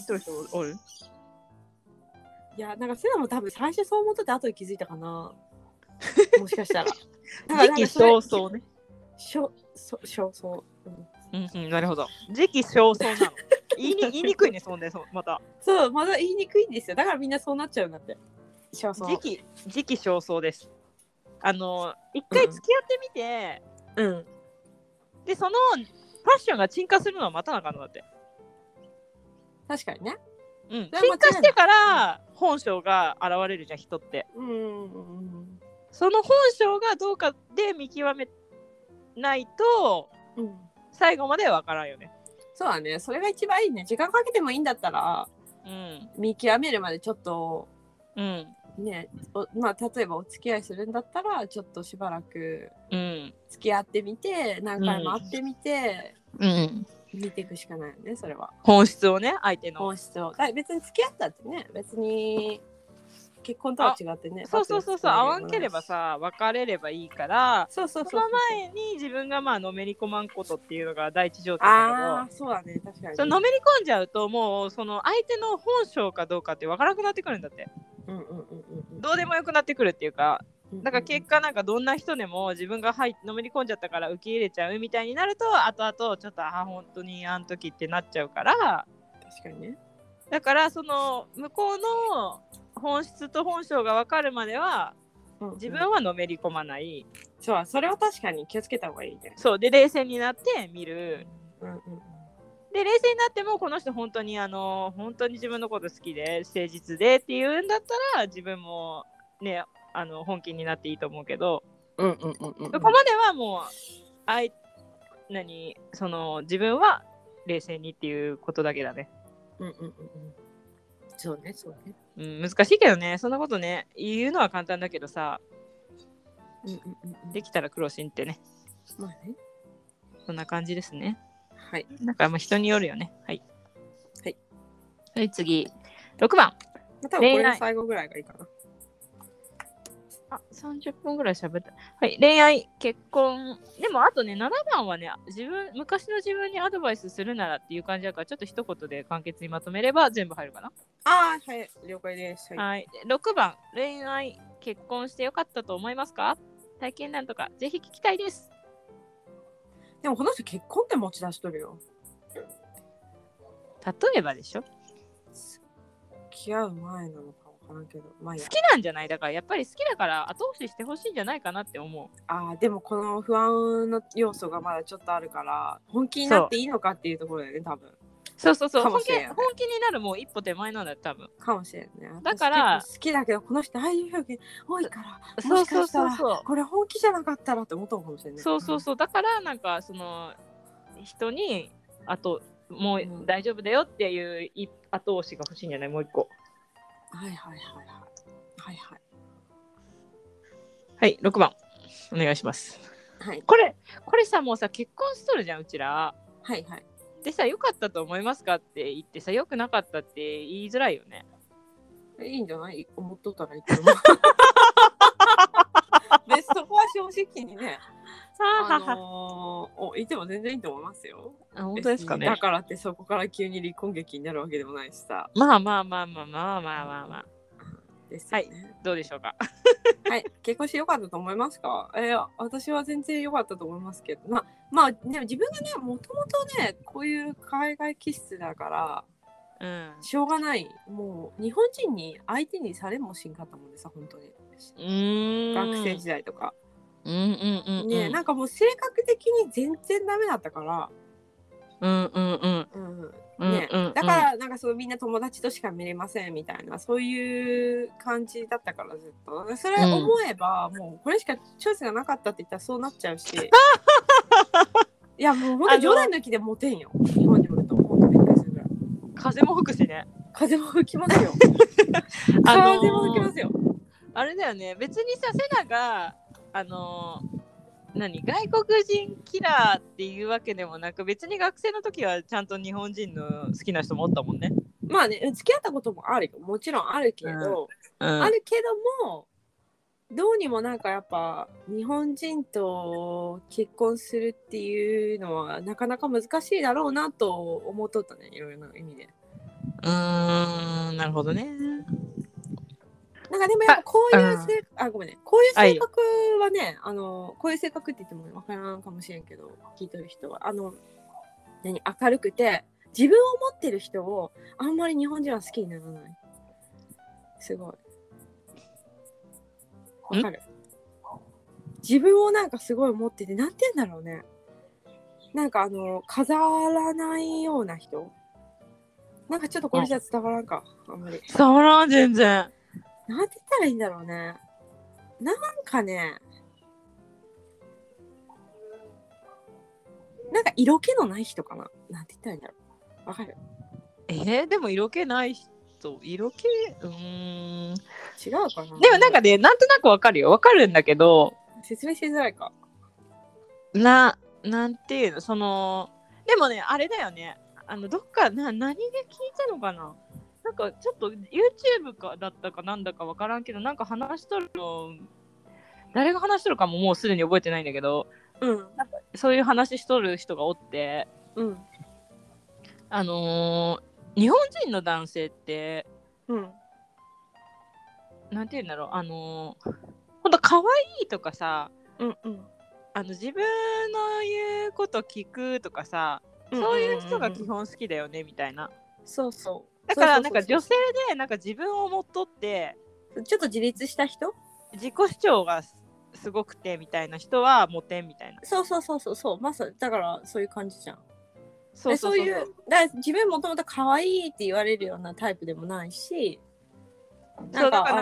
[SPEAKER 2] いやなんかそういうのも多分最初そう思っとって後で気づいたかな。もしかしたら。
[SPEAKER 1] 時期尚早ね。
[SPEAKER 2] 尚早。
[SPEAKER 1] なるほど。時期尚早なの。言いにくいね、また。
[SPEAKER 2] そう、まだ言いにくいんですよ。だからみんなそうなっちゃうんだって。
[SPEAKER 1] 時期尚早です。一回付き合ってみて、で、そのパッションが沈下するのは待たなあかんのだって。
[SPEAKER 2] 確かにね。
[SPEAKER 1] 沈下してから本性が現れるじゃん、人って。その本性がどうかで見極めないと、最後までは分からんよね。
[SPEAKER 2] そうだね。それが一番いいね。時間かけてもいいんだったら、見極めるまでちょっと、ね、まあ例えばお付き合いするんだったらちょっとしばらく付き合ってみて、何回も会ってみて、見ていくしかないよね。それは
[SPEAKER 1] 本質をね、相手の
[SPEAKER 2] 本質を。別に付き合ったってね、別に結婚とは違ってね。
[SPEAKER 1] そうそうそうそう、合わんければさ別れればいいから、
[SPEAKER 2] そうそうそう
[SPEAKER 1] その前に自分がまあのめり込まんことっていうのが第一条件だけど、
[SPEAKER 2] ああそうだね、確かに。
[SPEAKER 1] そののめり込んじゃうともうその相手の本性かどうかって分からなくなってくるんだって。
[SPEAKER 2] うんうんうんうん。
[SPEAKER 1] どうでもよくなってくるっていうか、だから結果なんか
[SPEAKER 2] ど
[SPEAKER 1] どんな人でも自分がのめり込んじゃったから受け入れちゃうみたいになると、後々ちょっと本当にあの時ってなっちゃうから、
[SPEAKER 2] 確かにね。
[SPEAKER 1] だからその向こうの本質と本性が分かるまでは自分はのめり込まない、
[SPEAKER 2] そう、それは確かに気をつけた方がいいね。
[SPEAKER 1] そうで冷静になって見る、
[SPEAKER 2] うんうん、
[SPEAKER 1] で冷静になってもこの人本当に本当に自分のこと好きで誠実でっていうんだったら自分もね本気になっていいと思うけど、そこまではもうその自分は冷静にっていうことだけだね。
[SPEAKER 2] そうねそうね。
[SPEAKER 1] 難しいけどね、そんなことね言うのは簡単だけどさ、できたら苦労しんってね。
[SPEAKER 2] まあね。
[SPEAKER 1] そんな感じですね。
[SPEAKER 2] はい。
[SPEAKER 1] なんかまあ人によるよね。はい。
[SPEAKER 2] はい。
[SPEAKER 1] はい、次。6番。
[SPEAKER 2] 多分これが最後ぐらいがいいかな。
[SPEAKER 1] 30分ぐらい喋った。はい。恋愛、結婚。でもあとね、7番はね、昔の自分にアドバイスするならっていう感じだから、ちょっと一言で簡潔にまとめれば全部入るかな。
[SPEAKER 2] はい。了解です。
[SPEAKER 1] はい。6番。恋愛、結婚してよかったと思いますか？体験談とか、ぜひ聞きたいです。
[SPEAKER 2] でもこの人結婚って持ち出しとるよ。
[SPEAKER 1] 例えばでしょ？
[SPEAKER 2] 付き合う前なのか分からんけど、
[SPEAKER 1] 好きなんじゃない？だからやっぱり好きだから後押ししてほしいんじゃないかなって思
[SPEAKER 2] う。でもこの不安の要素がまだちょっとあるから本気になっていいのかっていうところだよね、多分。
[SPEAKER 1] そう本気になるもう一歩手前なんだよ多分。
[SPEAKER 2] かもしれんね。
[SPEAKER 1] だから
[SPEAKER 2] 好きだけどこの人愛情表現多いからもしかしたらこれ本気じゃなかったらって思ったかもしれない。
[SPEAKER 1] そうだからなんかその人にもう大丈夫だよっていう後押しが欲しいんじゃない？もう一個。はい、6番お願いします。
[SPEAKER 2] はい。
[SPEAKER 1] これさもうさ結婚しとるじゃんうちら。
[SPEAKER 2] はい。
[SPEAKER 1] でさ、良かったと思いますかって言ってさ、良くなかったって言いづらいよね。
[SPEAKER 2] いいんじゃない？思っとったらいいけど。でそこは正直にね、いても全然いいと思いますよ。
[SPEAKER 1] 本当ですかね。
[SPEAKER 2] だからってそこから急に離婚劇になるわけでもないしさ。
[SPEAKER 1] まあ。
[SPEAKER 2] ですよね。
[SPEAKER 1] はい、どうでしょうか。
[SPEAKER 2] はい、結婚してよかったと思いますか？私は全然良かったと思いますけど、まあでも自分がね、もともとね、こういう海外気質だから、しょうがない。もう日本人に相手にされもしんかったもんでさ、本当に。学生時代とか。ね、なんかもう性格的に全然ダメだったから。ね、だからなんかそうみんな友達としか見れませんみたいなそういう感じだったからずっとそれ思えば、もうこれしかチョイスがなかったって言ったらそうなっちゃうしいやもう本当に冗談抜きでモテんよ日本におると思うびっくりするぐらい。
[SPEAKER 1] 風も吹くしね。
[SPEAKER 2] 風も吹きますよ風も吹きますよ。
[SPEAKER 1] あれだよね、別にさセナが外国人キラーっていうわけでもなく、別に学生の時はちゃんと日本人の好きな人もおったもんね。
[SPEAKER 2] まあね、付き合ったこともあるよ、もちろんあるけど、あるけどもどうにもなんかやっぱ日本人と結婚するっていうのはなかなか難しいだろうなと思っとったね、いろいろな意味で。
[SPEAKER 1] なるほどね。
[SPEAKER 2] なんかでもやっぱこういうごめんね、こういう性格はね、こういう性格って言っても分からんかもしれんけど、聞いてる人は明るくて自分を持ってる人をあんまり日本人は好きにならない。すごいわかる。自分をなんかすごい持ってて、なんて言うんだろうね、なんか飾らないような人。なんかちょっとこれじゃ伝わらんか、あんまり
[SPEAKER 1] 伝わらん。全然
[SPEAKER 2] なんて言ったらいいんだろうね。なんかね、なんか色気のない人かな。なんて言ったらいいんだろう。わかる？
[SPEAKER 1] でも色気ない人、色気
[SPEAKER 2] 違うかな。
[SPEAKER 1] でもなんかね、なんとなくわかるよ。わかるんだけど、
[SPEAKER 2] 説明しづらいか。
[SPEAKER 1] なんていうの、でもね、あれだよね。どっか何で聞いたのかな。 なんかちょっと YouTube かだったかなんだかわからんけど、なんか話しとるの、誰が話しとるかももうすでに覚えてないんだけど、
[SPEAKER 2] うん
[SPEAKER 1] なんかそういう話しとる人がおって、
[SPEAKER 2] うん
[SPEAKER 1] 日本人の男性って
[SPEAKER 2] うん
[SPEAKER 1] なんて言うんだろう、ほんと可愛いとかさ、
[SPEAKER 2] うんうん
[SPEAKER 1] 自分の言うこと聞くとかさ、そういう人が基本好きだよねみたいな。
[SPEAKER 2] そうそう
[SPEAKER 1] だからなんか女性でなんか自分を持っとって
[SPEAKER 2] ちょっと自立した人、
[SPEAKER 1] 自己主張がすごくてみたいな人はモテんみたいな。
[SPEAKER 2] そうまさだからそういう感じじゃん。
[SPEAKER 1] そう
[SPEAKER 2] いうだから自分もともと可愛いって言われるようなタイプでもないし、なんか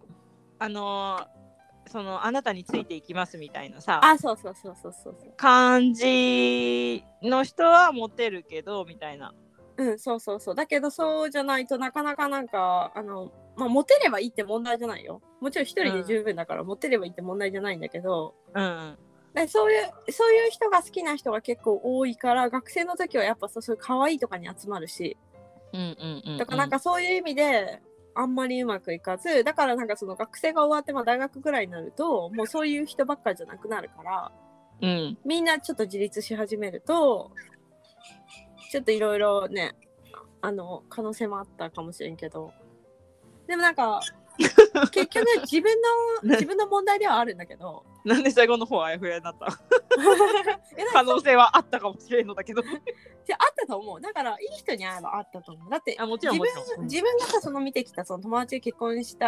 [SPEAKER 1] あなたについていきますみたいなさ、
[SPEAKER 2] そう
[SPEAKER 1] 感じの人はモテるけどみたいな。
[SPEAKER 2] そうだけどそうじゃないとなかなかなんかモテればいいって問題じゃないよ。もちろん一人で十分だから、モテればいいって問題じゃないんだけど、でそういう人が好きな人が結構多いから、学生の時はやっぱそういう可愛いとかに集まるし、だからなんかそういう意味であんまりうまくいかず、だからなんかその学生が終わって大学ぐらいになるともうそういう人ばっかりじゃなくなるから、みんなちょっと自立し始めるとちょっといろいろね可能性もあったかもしれんけど、でもなんか結局自分の問題ではあるんだけど
[SPEAKER 1] なんで最後の方あやふやになった可能性はあったかもしれんのだけど
[SPEAKER 2] あったと思う。だからいい人に会えばあったと思う。だって
[SPEAKER 1] もちろん
[SPEAKER 2] 自分がさその見てきたその友達が結婚した、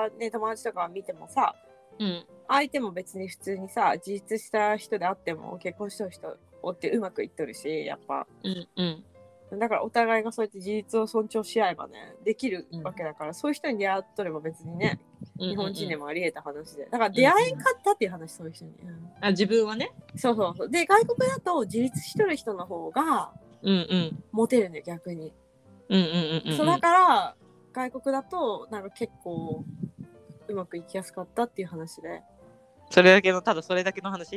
[SPEAKER 2] ね、友達とか見てもさ、相手も別に普通にさ自立した人であっても結婚した人おってうまくいっとるし、やっぱ、だからお互いがそうやって自立を尊重し合えばねできるわけだから、そういう人に出会っとれば別にね、日本人でもあり得た話で、だから出会えんかったっていう話、そういう人に、
[SPEAKER 1] 自分はね、
[SPEAKER 2] そうで外国だと自立しとる人の方がモテるんだよ逆に。そうだから外国だとなんか結構うまくいきやすかったっていう話で、
[SPEAKER 1] ただそれだけの話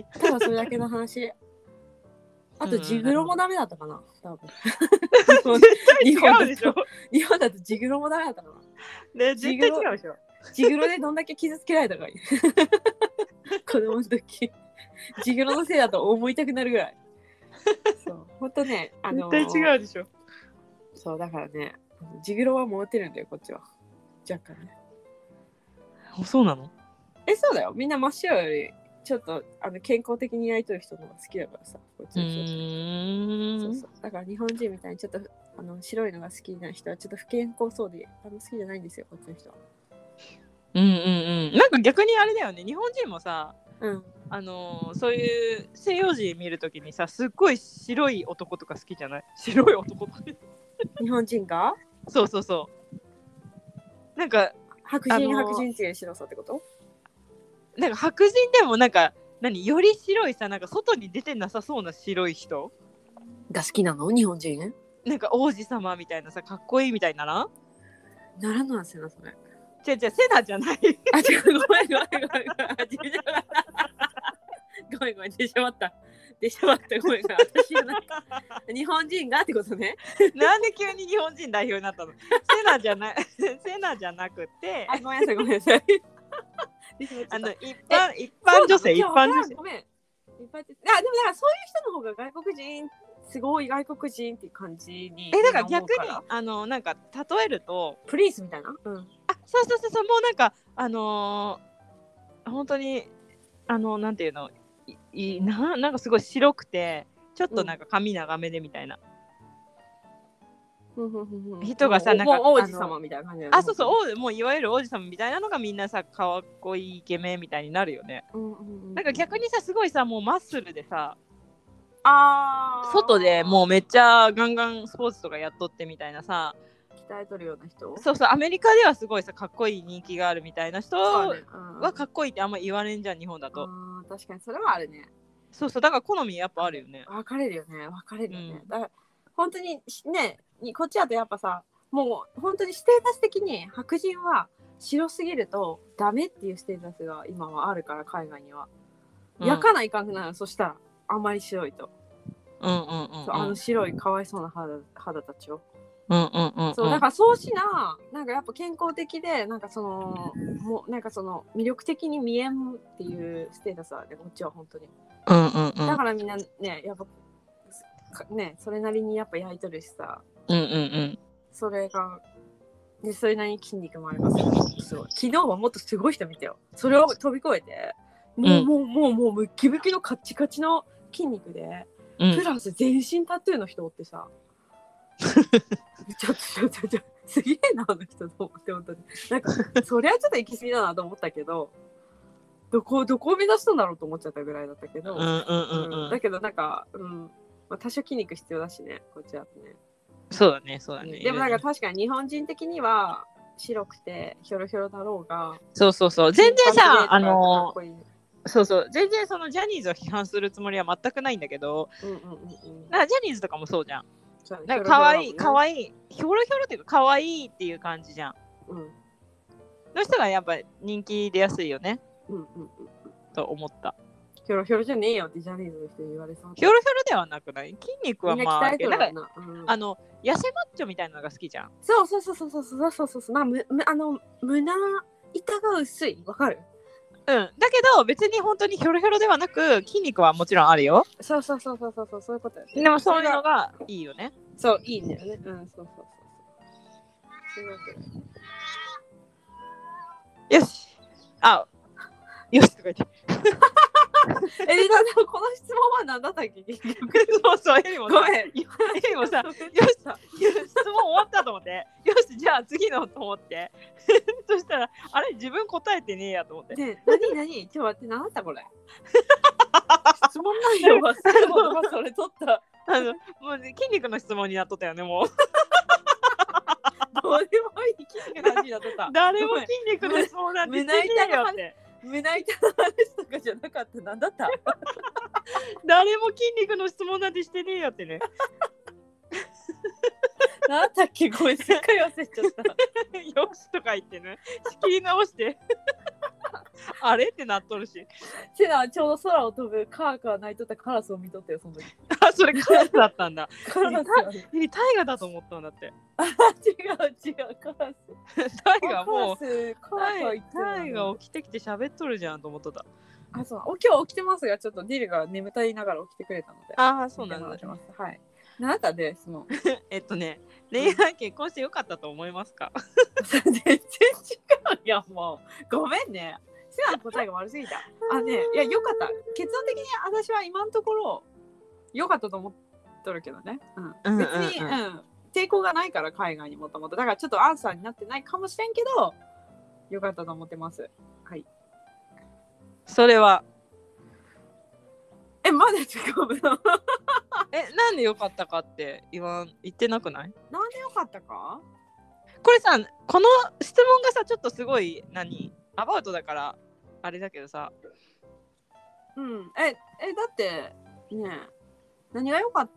[SPEAKER 2] あとジグロもダメだったかな、多分
[SPEAKER 1] 日本でしょ。
[SPEAKER 2] 日本だとジグロもダメだったかな。
[SPEAKER 1] 絶対違うでしょ。
[SPEAKER 2] ジグロでどんだけ傷つけられたか子供の時ジグロのせいだと思いたくなるぐらい。そうほんとね、
[SPEAKER 1] 絶対違うでしょ。
[SPEAKER 2] そうだからね、ジグロはモテるんだよこっちは若干ね。
[SPEAKER 1] そうなの？
[SPEAKER 2] そうだよ、みんな真っ白よりちょっと健康的に焼いとる人の方が好きだからさ、こっちの人。そうだから日本人みたいにちょっと白いのが好きな人はちょっと不健康そうで好きじゃないんですよこっちの人は。
[SPEAKER 1] なんか逆にあれだよね、日本人もさ、そういう西洋人見るときにさ、すっごい白い男とか好きじゃない？白い男
[SPEAKER 2] 日本人が？
[SPEAKER 1] そうなんか
[SPEAKER 2] 白人っていう白さってこと？
[SPEAKER 1] なんか白人でもなんかより白いさ、なんか外に出てなさそうな白い人
[SPEAKER 2] が好きなの？日本人？
[SPEAKER 1] なんか王子様みたいなさ、かっこいいみたいなら
[SPEAKER 2] んのせなそれ。
[SPEAKER 1] セナじゃない。
[SPEAKER 2] 違う、ごめん出しまったごめん私じゃない日本人がってことね。
[SPEAKER 1] なんで急に日本人代表になったの？セナじゃなくて、
[SPEAKER 2] ごめんなさい
[SPEAKER 1] 一般女性
[SPEAKER 2] ごめん。でもだからそういう人の方が外国人すごい外国人っていう感じに。
[SPEAKER 1] だから逆になんか例えると
[SPEAKER 2] プリンスみたいな。
[SPEAKER 1] そうもうなんか本当になんていうのなんかすごい白くてちょっとなんか髪長めでみたいな、人がさなんか
[SPEAKER 2] 王子様みたいな感じだよ
[SPEAKER 1] ね。もういわゆる王子様みたいなのがみんなさかっこいいイケメンみたいになるよね。なんか逆にさすごいさもうマッスルでさ外でもうめっちゃガンガンスポーツとかやっとってみたいなさ、
[SPEAKER 2] 鍛えとるような人。
[SPEAKER 1] アメリカではすごいさかっこいい人気があるみたいな人はかっこいいってあんま言われんじゃん日本だと。
[SPEAKER 2] 確かにそれはあるね。
[SPEAKER 1] だから好みやっぱあるよね。
[SPEAKER 2] 分かれるよね、だから本当にねこっちだとやっぱさもう本当にステータス的に白人は白すぎるとダメっていうステータスが今はあるから海外には、焼かないかんくなる。そしたらあんまり白いと、白いかわいそうな肌たちをそうだからそうしな、なんかやっぱ健康的でなんかそのもうなんかその魅力的に見えんっていうステータスはねこっちは本当に、だからみんなねやっぱねそれなりにやっぱ焼いとるしさ、それがでそれなりに筋肉もありますよ。昨日はもっとすごい人見てよ。それを飛び越えてもうムッキムキのカッチカチの筋肉で、プラス全身タトゥーの人おってさちょっとすげえなあの人と思って本当になんかそりゃちょっと行き過ぎだなと思ったけどどこを目指したんだろうと思っちゃったぐらいだったけど、だけどなんか、まあ、多少筋肉必要だしねこっちはね。
[SPEAKER 1] そうだね。
[SPEAKER 2] でもなんか確かに日本人的には白くてヒョロヒョロだろうが、
[SPEAKER 1] そう全然さ全然そのジャニーズを批判するつもりは全くないんだけど、なんかジャニーズとかもそうじゃん。なんかかわいいヒョロヒョロっていうかかわいいっていう感じじゃん。の人がやっぱ人気出やすいよね。と思った。
[SPEAKER 2] ヒョロヒョロじゃねえよってジャニーズの人言われそう。
[SPEAKER 1] ヒョロヒョロではなくない？筋肉はまあ、なんか痩せマッチョみたいなのが好きじゃん。
[SPEAKER 2] そう。まあ胸板が薄い、わかる？
[SPEAKER 1] だけど別に本当にヒョロヒョロではなく筋肉はもちろんあるよ。
[SPEAKER 2] そういうことよね。
[SPEAKER 1] でもそういうのがいいよね。
[SPEAKER 2] そういいんだよね。そう
[SPEAKER 1] よしよしとか言って
[SPEAKER 2] この質問は何だったっけ？
[SPEAKER 1] そうエリもさ、ごめん。エリもさ、よし質問終わったと思って、よしじゃあ次のと思って、そしたらあれ自分答えてねえやと思って。
[SPEAKER 2] ね、何？ちょっと待って、何だったこれ？質問内容はそれ取った。
[SPEAKER 1] もう、ね、筋肉の質問になっとったよねもう。
[SPEAKER 2] どうでもいい筋肉の話になっとった。
[SPEAKER 1] 誰も筋肉の質問なんてしてねえよって。
[SPEAKER 2] 胸板の話とかじゃなかった。何だった？
[SPEAKER 1] 誰も筋肉の質問なんてしてねえよってね。
[SPEAKER 2] 何だっけ？ごめん、すっかり忘れちゃった。
[SPEAKER 1] よしとか言ってね、仕切り直してあれってなっとるし。
[SPEAKER 2] セナはちょうど空を飛ぶカー鳴いとったカラスを見とったよ、その時。
[SPEAKER 1] それカラスだったんだ。
[SPEAKER 2] カラス
[SPEAKER 1] タイガだと思ったんだって。
[SPEAKER 2] 違うカラス。
[SPEAKER 1] タイガもう
[SPEAKER 2] タ
[SPEAKER 1] イガ起きてきて喋っとるじゃんと思っとった。
[SPEAKER 2] そう今日起きてますが、ちょっとディルが眠たいながら起きてくれたので。
[SPEAKER 1] そうなんだ。
[SPEAKER 2] はい。なんだね、その
[SPEAKER 1] 恋愛結婚してよかったと思いますか？
[SPEAKER 2] 全然違う。いやもうごめんね。セナの答えが悪すぎた。いやよかった。結論的に私は今のところよかったと思っとるけどね。別に抵抗がないから海外にもともとだからちょっとアンサーになってないかもしれんけどよかったと思ってます。はい。
[SPEAKER 1] それは
[SPEAKER 2] まだ違うの？
[SPEAKER 1] なんでよかったかって言ってなくない？
[SPEAKER 2] なんでよかったか？
[SPEAKER 1] これさ、この質問がさちょっとすごいアバウトだからあれだけどさ。
[SPEAKER 2] だってね何がよかった？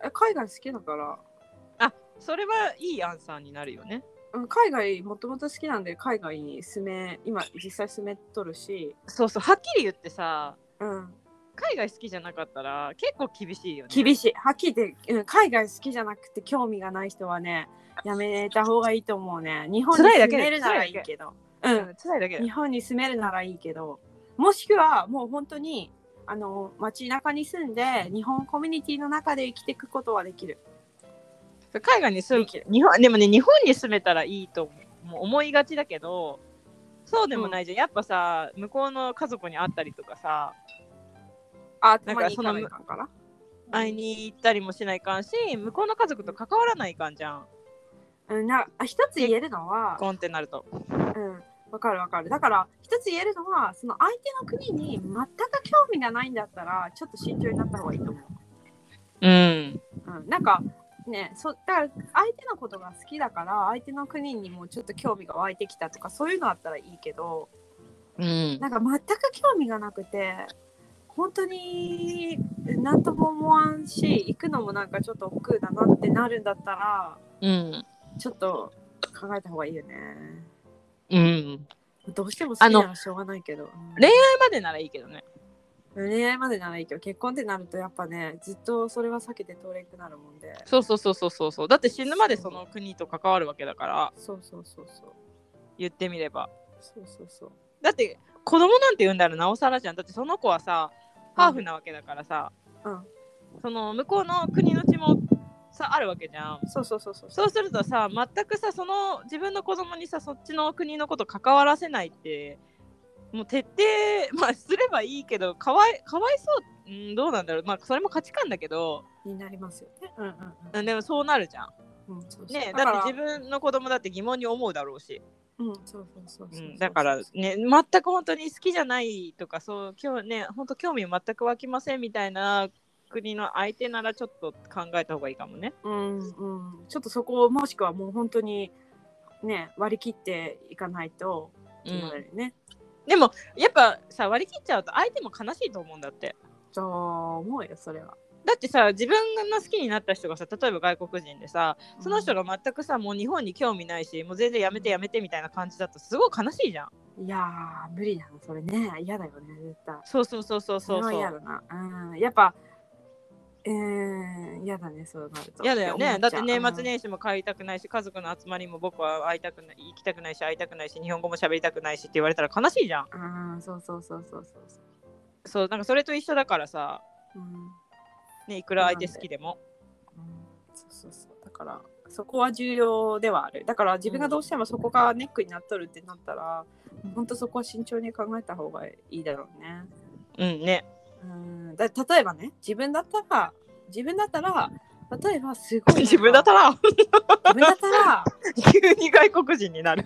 [SPEAKER 2] 海外好きだから。
[SPEAKER 1] それはいいアンサーになるよね。
[SPEAKER 2] 海外もともと好きなんで海外に今実際住めとるし。
[SPEAKER 1] そうはっきり言ってさ、
[SPEAKER 2] 海
[SPEAKER 1] 外好きじゃなかったら結構厳しいよね。
[SPEAKER 2] 厳しい。はっきり言って、海外好きじゃなくて興味がない人はねやめた方がいいと思うね。日本に住めるならいいけど。
[SPEAKER 1] 辛いだけ。
[SPEAKER 2] 日本に住めるならいいけど、もしくはもう本当に街中に住んで日本コミュニティの中で生きていくことはできる。
[SPEAKER 1] 海外に住むでもね日本に住めたらいいと思いがちだけどそうでもないじゃん。やっぱさ向こうの家族に会ったりとかさ
[SPEAKER 2] なんかその
[SPEAKER 1] 会いに行ったりもしないかんし向こうの家族と関わらないかんじゃん。
[SPEAKER 2] 一つ言えるのは
[SPEAKER 1] コンってなると
[SPEAKER 2] わかる。だから一つ言えるのはその相手の国に全く興味がないんだったらちょっと慎重になった方がいいと思う。なんかね、だから相手のことが好きだから相手の国にもちょっと興味が湧いてきたとかそういうのあったらいいけど、なんか全く興味がなくて本当に何とも思わんし行くのもなんかちょっと億劫だなってなるんだったら、ちょっと考えた方がいいよね。どうしても好きならしょうがないけど、
[SPEAKER 1] 恋愛までならいいけどね。
[SPEAKER 2] 恋愛までならいいけど結婚ってなるとやっぱねずっとそれは避けて通れなくなるもんで。
[SPEAKER 1] そうそうそうそうそうそう。だって死ぬまでその国と関わるわけだから。
[SPEAKER 2] そうそうそうそう。
[SPEAKER 1] 言ってみれば。
[SPEAKER 2] そうそうそう。
[SPEAKER 1] だって子供なんて言うんだらなおさらじゃん。だってその子はさハーフなわけだからさ、
[SPEAKER 2] うん、
[SPEAKER 1] その向こうの国の血もさあるわけじゃん。
[SPEAKER 2] そうそうそうそう。
[SPEAKER 1] そうするとさ全くさその自分の子供にさそっちの国のこと関わらせないってもう徹底、まあ、すればいいけどかわいそう、どうなんだろう、まあそれも価値観だけど
[SPEAKER 2] になりますよね。うんうんうん。
[SPEAKER 1] でもそうなるじゃん、
[SPEAKER 2] うん、そうそう
[SPEAKER 1] ね、だって自分の子供だって疑問に思うだろうし、
[SPEAKER 2] うん、そうそうそうそう。
[SPEAKER 1] だからね全く本当に好きじゃないとかそう今日ね本当興味全く湧きませんみたいな国の相手ならちょっと考えた方がいいかもね。
[SPEAKER 2] うんうん。ちょっとそこをもしくはもう本当にね割り切っていかないといけないね。
[SPEAKER 1] でもやっぱさ割り切っちゃうと相手も悲しいと思うんだって。
[SPEAKER 2] そう思うよそれは。
[SPEAKER 1] だってさ自分の好きになった人がさ例えば外国人でさその人が全くさもう日本に興味ないしもう全然やめてやめてみたいな感じだとすごい悲しいじゃん。
[SPEAKER 2] いやー無理だなそれね嫌だよね絶対。
[SPEAKER 1] そうそうそうそうそう。
[SPEAKER 2] それは嫌だな。やっぱ嫌だねそうなると。
[SPEAKER 1] 嫌だよね。だって年末年始も帰りたくないし家族の集まりも僕は会いたくない行きたくないし会いたくないし日本語も喋りたくないしって言われたら悲しいじゃん。
[SPEAKER 2] そうそうそうそうそう。
[SPEAKER 1] そうなんかそれと一緒だからさ、ね、いくら相手好きでも。
[SPEAKER 2] そうそうそうだからそこは重要ではある。だから自分がどうしてもそこがネックになっとるってなったら、本当そこは慎重に考えた方がいいだろうね。
[SPEAKER 1] ね。
[SPEAKER 2] 例えばね自分だったら例えばすごい
[SPEAKER 1] 自分だったら急に外国人になる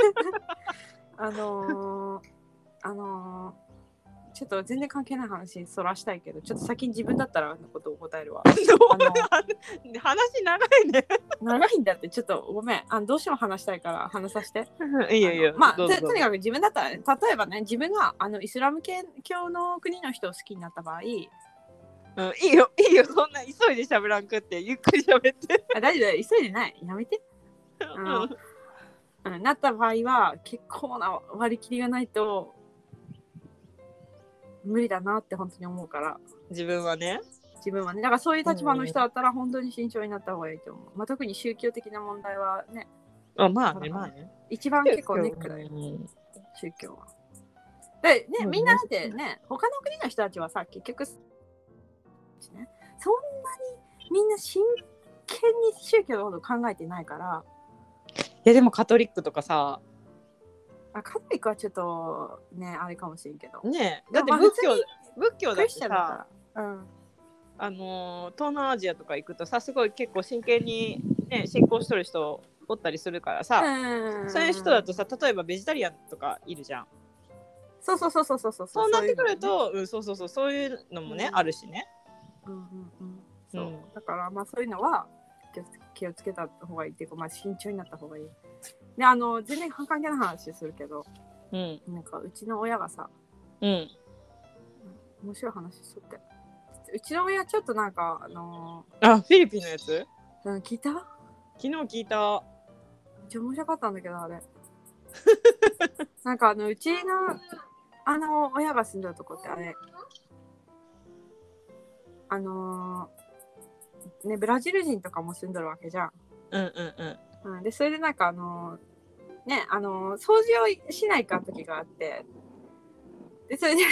[SPEAKER 2] ちょっと全然関係ない話にそらしたいけどちょっと先に自分だったらのことを答えるわ。
[SPEAKER 1] 話長いね
[SPEAKER 2] 長いんだってちょっとごめんどうしても話したいから話させて
[SPEAKER 1] いいよいいよ。
[SPEAKER 2] まあとにかく自分だったら例えばね自分がイスラム教の国の人を好きになった場合、い
[SPEAKER 1] いいよいいよそんな急いでしゃべらんくってゆっくりしゃべって
[SPEAKER 2] 大丈夫急いでないやめてなった場合は結構な割り切りがないと無理だなって本当に思うから
[SPEAKER 1] 自分はね
[SPEAKER 2] だからそういう立場の人だったら本当に慎重になった方がいいと思う、特に宗教的な問題はね
[SPEAKER 1] まあね
[SPEAKER 2] 一番結構ネックだよ、宗教はでね、みんなだってね他の国の人たちはさ結局ねそんなにみんな真剣に宗教のこと考えてないから。
[SPEAKER 1] いやでもカトリックとかさ
[SPEAKER 2] カトリックはちょっとねあれかもしれんけど
[SPEAKER 1] ねだって仏教だってさ東南アジアとか行くとさすごい結構真剣にね信仰しとる人おったりするからさそういう人だとさ例えばベジタリアンとかいるじゃん。
[SPEAKER 2] そう
[SPEAKER 1] そうなってくるとそういうのもねあるしね。
[SPEAKER 2] そうだからまあそういうのは気をつけた方がいいっていうか、まあ、慎重になった方がいい。で全然関係ない話するけど、なんかうちの親がさ、面白い話しとって、うちの親ちょっとなんかフ
[SPEAKER 1] ィリピンのやつ、
[SPEAKER 2] 聞いた？
[SPEAKER 1] 昨日聞いた。
[SPEAKER 2] めっちゃ面白かったんだけどあれなんかうちの親が住んだとこってあれね、ブラジル人とかも住んでるわけじゃん。でそれでなんかね掃除をしないか時があって、でそれで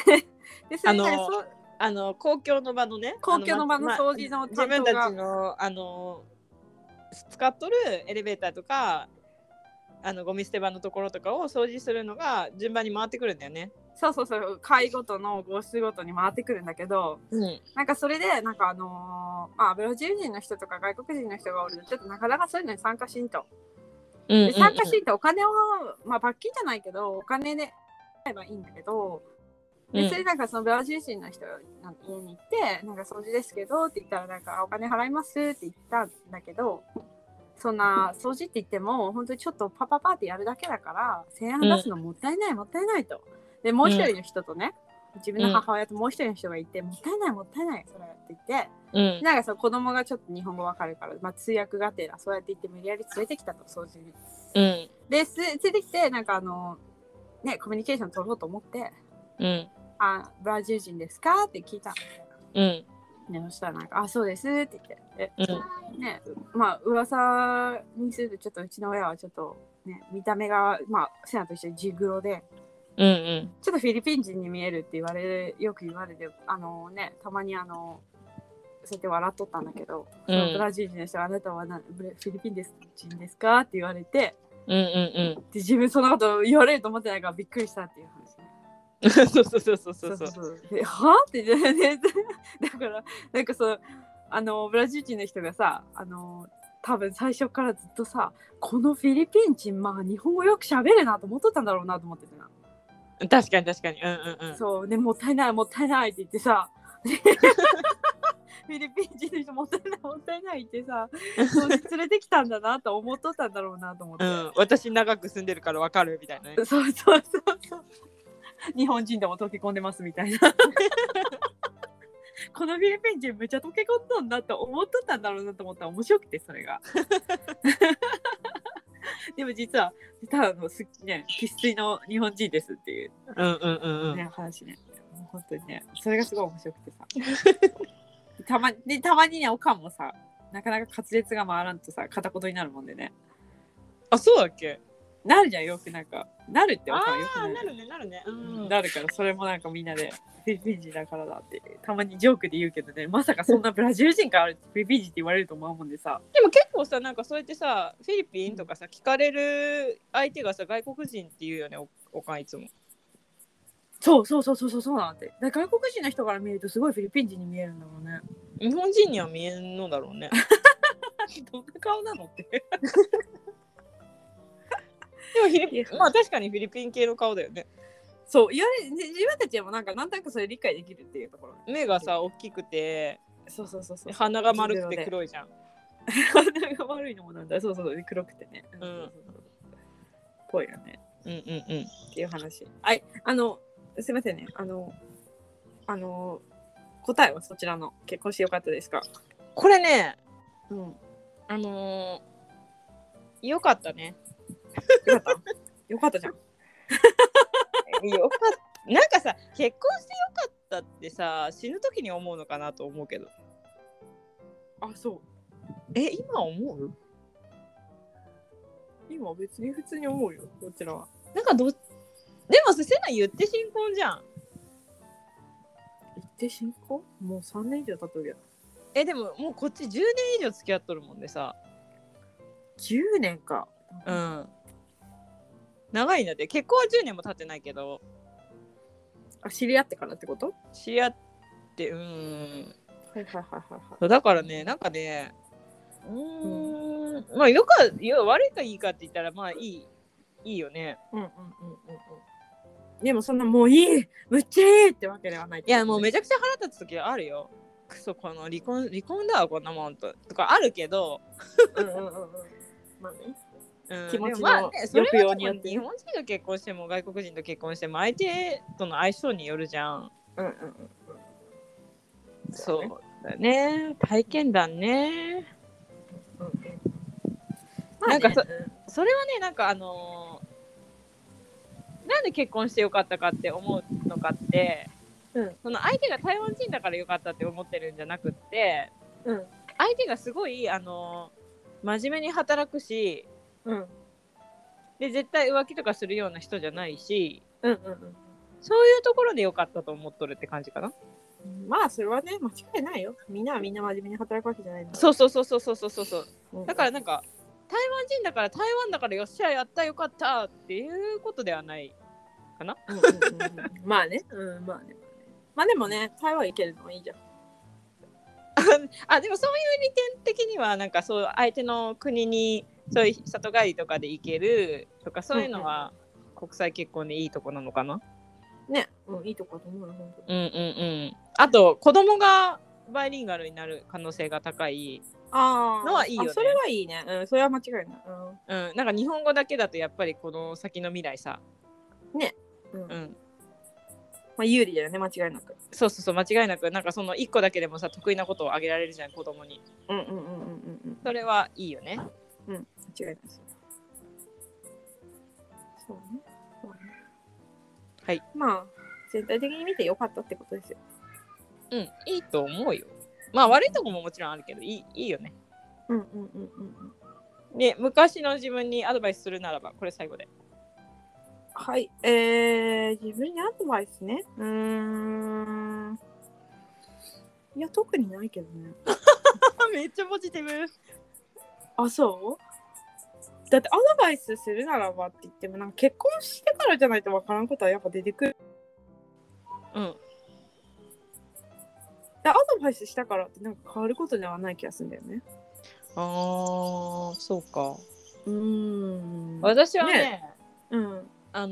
[SPEAKER 1] 公共の場のね
[SPEAKER 2] 公共の場の掃除の
[SPEAKER 1] 自分たちの使っとるエレベーターとかゴミ捨て場のところとかを掃除するのが順番に回ってくるんだよね。
[SPEAKER 2] そう会ごとの号室ごとに回ってくるんだけど、なんかそれでなんかブラジル人の人とか外国人の人がおるとちょっとなかなかそういうのに参加しんと、参加しんとお金を罰金じゃないけどお金で払えばいいんだけど、でそれなんかそのブラジル人の人の家に行ってなんか掃除ですけどって言ったらなんかお金払いますって言ったんだけど、そんな掃除って言っても本当にちょっとパパパってやるだけだから1000円出すのもったいないと。でもう一人の人とね、自分の母親ともう一人の人がいて、もったいないそれって言って、なんか子供がちょっと日本語わかるから、通訳がてらそうやって言って無理やり連れてきたと掃除に、で連れてきてなんかねコミュニケーション取ろうと思って、 ブラジル人ですかって聞いた
[SPEAKER 1] うん。
[SPEAKER 2] ね、そしたらなんか、そうですって言って。ね、まあ、噂にすると、ちょっとうちの親はちょっと、ね、見た目が、まあ、セナと一緒にジグロで、
[SPEAKER 1] うんうん。
[SPEAKER 2] ちょっとフィリピン人に見えるってよく言われて、たまにそうやって笑っとったんだけど、そのブラジル人の人は、あなたはフィリピン人ですかって言われて、で自分そんなこと言われると思ってないからびっくりしたっていう話ね。
[SPEAKER 1] そう
[SPEAKER 2] はってね、だからなんかブラジル人の人がさ、多分最初からずっとさ、このフィリピン人まあ日本語よく喋るなと思っとったんだろうなと思ってたな。
[SPEAKER 1] 確かに。
[SPEAKER 2] そうね、もったいないって言ってさフィリピン人の人もったいないってさ、連れてきたんだなと思っとったんだろうなと思って、
[SPEAKER 1] 私長く住んでるから分かるみたいなね。
[SPEAKER 2] そう日本人でも溶け込んでますみたいなこのフィリピン人めっちゃ溶け込んだんだと思っとったんだろうなと思ったら面白くて、それがでも実はただの生粋の日本人ですっていう、話ね。もう本当にね、それがすごい面白くてさたまにね、おかんもさ、なかなか滑舌が回らんとさ、片言になるもんでね。
[SPEAKER 1] あ、そうだっけ？
[SPEAKER 2] なるじゃん、よくなんか。なるっておかんよく
[SPEAKER 1] なるね。
[SPEAKER 2] なるから、それもなんかみんなでフィリピン人だからだってたまにジョークで言うけどね、まさかそんなブラジル人からフィリピン人って言われると思うもんでさ。
[SPEAKER 1] でも結構さ、なんかそうやってさ、フィリピンとかさ、聞かれる相手がさ、外国人っていうよね、おかんいつも。
[SPEAKER 2] そうなんて。だから外国人の人から見るとすごいフィリピン人に見えるんだろうね。
[SPEAKER 1] 日本人には見えんのだろうね。
[SPEAKER 2] どんな顔なのって
[SPEAKER 1] でもまあ確かにフィリピン系の顔だよね。
[SPEAKER 2] そう自分たちもなんとなくそれ理解できるっていうところ。
[SPEAKER 1] 目がさ大きくて、
[SPEAKER 2] そう
[SPEAKER 1] 鼻が丸くて黒いじゃん。
[SPEAKER 2] 鼻が悪いのもなんだ。そう黒くてね。ぽいよね。っていう話。はい、すいませんね。答えはそちらの結婚してよかったですか？
[SPEAKER 1] これね、よかったね。
[SPEAKER 2] よかったじゃん。
[SPEAKER 1] なんかさ、結婚してよかったってさ、死ぬ時に思うのかなと思うけど。
[SPEAKER 2] あ、そう。
[SPEAKER 1] 今思う？
[SPEAKER 2] 今別に普通に思うよ、こちらは。
[SPEAKER 1] なんかでもさ、セナ言って新婚じゃん。
[SPEAKER 2] 言って新婚？もう3年以上経っとるやん。
[SPEAKER 1] でももうこっち10年以上付き合っとるもんでさ。
[SPEAKER 2] 10年か。
[SPEAKER 1] 長いんだって。結婚は10年も経ってないけど。
[SPEAKER 2] 知り合ってからってこと？
[SPEAKER 1] 知り合って
[SPEAKER 2] はい。
[SPEAKER 1] だからね、なんかね、まあ悪いかいいかって言ったらまあいいよね。
[SPEAKER 2] でもそんなもういい、むっちゃいいってわけではない。
[SPEAKER 1] いやもうめちゃくちゃ腹立つ時はあるよ。クソこの離婚だわこんなもんとかあるけど。
[SPEAKER 2] まあね。
[SPEAKER 1] 気持ちの抑揚によって、日本人と結婚しても外国人と結婚しても相手との相性によるじゃん。そうだね。体験談ね。なんかそれはね、なんかなんで結婚してよかったかって思うのかって、その相手が台湾人だからよかったって思ってるんじゃなくって、相手がすごい真面目に働くし、で絶対浮気とかするような人じゃないし、そういうところでよかったと思っとるって感じかな。
[SPEAKER 2] まあそれはね、間違いないよ。みんなはみんな真面目に働くわけじゃないんだ。
[SPEAKER 1] そう。だからなんか台湾人だから台湾だからよっしゃやったよかったっていうことではないかな。
[SPEAKER 2] まあね、まあでもね、台湾行けるのはいいじゃん。
[SPEAKER 1] でもそういう利点的にはなんかそう相手の国にそういう里帰りとかで行けるとかそういうのは国際結婚でいいとこなのかな。
[SPEAKER 2] ね、いいとこだと思うよ本当
[SPEAKER 1] に。あと子供がバイリンガルになる可能性が高いのはいいよね。
[SPEAKER 2] それはいいね。それは間違いない。
[SPEAKER 1] なんか日本語だけだとやっぱりこの先の未来さ。
[SPEAKER 2] ね。まあ有利だよね、間違いなく。
[SPEAKER 1] そう間違いなくなんかその1個だけでもさ得意なことをあげられるじゃん子供に。それはいいよね。
[SPEAKER 2] 間違いないです。そうね。
[SPEAKER 1] はい。
[SPEAKER 2] まあ全体的に見てよかったってことですよ。
[SPEAKER 1] うん、いいと思うよ。まあ悪いとこももちろんあるけどいいよね。
[SPEAKER 2] うんうんうんうん。
[SPEAKER 1] で、昔の自分にアドバイスするならば、これ最後で。
[SPEAKER 2] はい、自分にアドバイスね。いや、特にないけどね。
[SPEAKER 1] めっちゃポジティブ。
[SPEAKER 2] あ、そうだってアドバイスするならばって言っても、なんか結婚してからじゃないとわからんことはやっぱ出てくる。
[SPEAKER 1] うん。
[SPEAKER 2] アドバイスしたからってなんか変わることではない気がするんだよね。
[SPEAKER 1] ああ、そうか。
[SPEAKER 2] 私
[SPEAKER 1] 私はね、
[SPEAKER 2] うん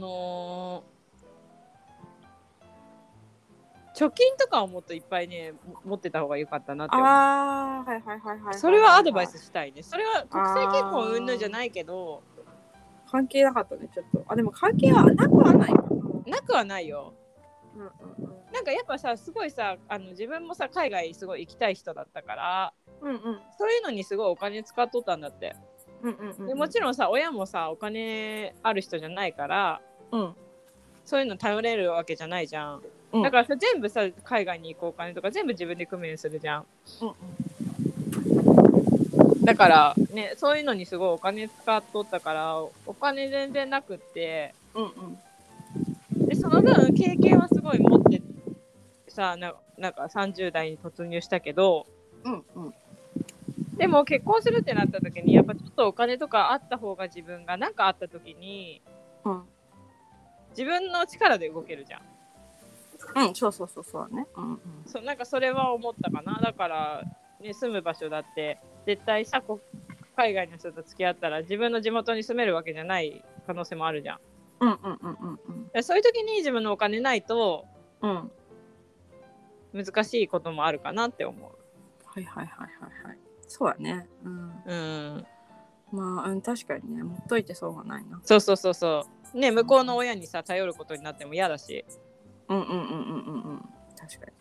[SPEAKER 1] 貯金とかをもっといっぱいね持ってた方が良かったなって思う。
[SPEAKER 2] ああ、はいはいはいはい。
[SPEAKER 1] それはアドバイスしたいね。それは国際結婚云々じゃないけど、
[SPEAKER 2] 関係なかったね、ちょっと。あ、でも関係はなくはないかな。
[SPEAKER 1] なくはないよ。
[SPEAKER 2] うんうんうん。
[SPEAKER 1] なんかやっぱさ、すごいさ、自分もさ、海外すごい行きたい人だったから、
[SPEAKER 2] うんうん。
[SPEAKER 1] そういうのにすごいお金使っとったんだって。
[SPEAKER 2] うんうんうんうん。
[SPEAKER 1] でもちろんさ、親もさ、お金ある人じゃないから、
[SPEAKER 2] うん。
[SPEAKER 1] そういうの頼れるわけじゃないじゃん。
[SPEAKER 2] うん
[SPEAKER 1] だからさ、全部さ、海工に行くお金とか全部自分で工面するじゃん。だからね、そういうのにすごいお金使っとったから、お金全然なくって、
[SPEAKER 2] うんうん
[SPEAKER 1] でその分経験はすごい持ってさ、なんか30代に突入したけど、
[SPEAKER 2] うんうん。
[SPEAKER 1] でも結婚するってなった時にやっぱちょっとお金とかあった方が自分が何かあった時に、自分の力で動けるじゃん。
[SPEAKER 2] うん、そうそうそうそうね。うんうん。
[SPEAKER 1] そう、なんかそれは思ったかな。だからね、住む場所だって絶対さ、海外の人と付き合ったら自分の地元に住めるわけじゃない可能性もあるじゃん。
[SPEAKER 2] うんうんうんうん
[SPEAKER 1] でそういう時に自分のお金ないと
[SPEAKER 2] うん
[SPEAKER 1] 難しいこともあるかなって思う。
[SPEAKER 2] はいはいはいはいはい。そうだね。まあ、確かにね、持っといてそうがないな。
[SPEAKER 1] そうそうそうそう。ね、向こうの親にさ頼ることになっても嫌だし。
[SPEAKER 2] うんうんうんうんうんうん。確かに。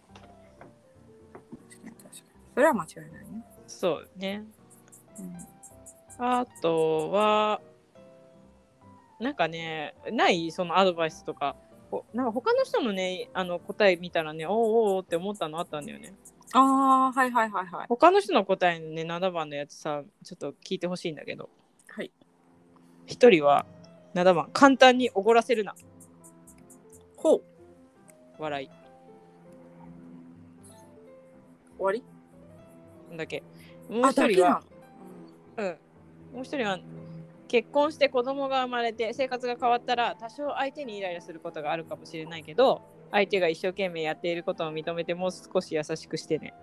[SPEAKER 2] それは間違いないね。
[SPEAKER 1] そうね。あとはなんかね、ないそのアドバイスとか。なんか他の人のね、答え見たらね、おーおーって思ったのあったんだよね。
[SPEAKER 2] ああ、はいはいはいはい。
[SPEAKER 1] 他の人の答えのね、7番のやつさ、ちょっと聞いてほしいんだけど。
[SPEAKER 2] はい。
[SPEAKER 1] 1人は7番、簡単におごらせるな。
[SPEAKER 2] ほう。
[SPEAKER 1] 笑い。
[SPEAKER 2] 終わり？
[SPEAKER 1] だけ。もう一人は、もう一人は、結婚して子供が生まれて生活が変わったら多少相手にイライラすることがあるかもしれないけど、相手が一生懸命やっていることを認めてもう少し優しくしてね。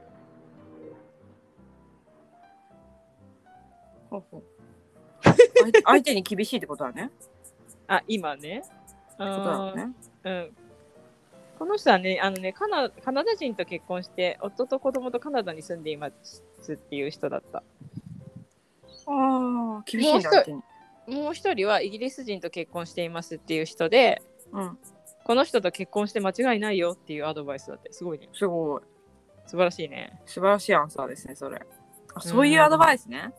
[SPEAKER 2] ほうほう。相手に厳しいってことだね。
[SPEAKER 1] あ、今ね。
[SPEAKER 2] ことだね。
[SPEAKER 1] この人はね、カナダ人と結婚して夫と子供とカナダに住んでいますっていう人だった。
[SPEAKER 2] ああ、厳しいんだ。相手に。
[SPEAKER 1] もう一人はイギリス人と結婚していますっていう人で、この人と結婚して間違いないよっていうアドバイスだって。すごいね。
[SPEAKER 2] すごい。
[SPEAKER 1] 素晴らしいね。
[SPEAKER 2] 素晴らしいアンサーですね、それ。そういうアドバイスね。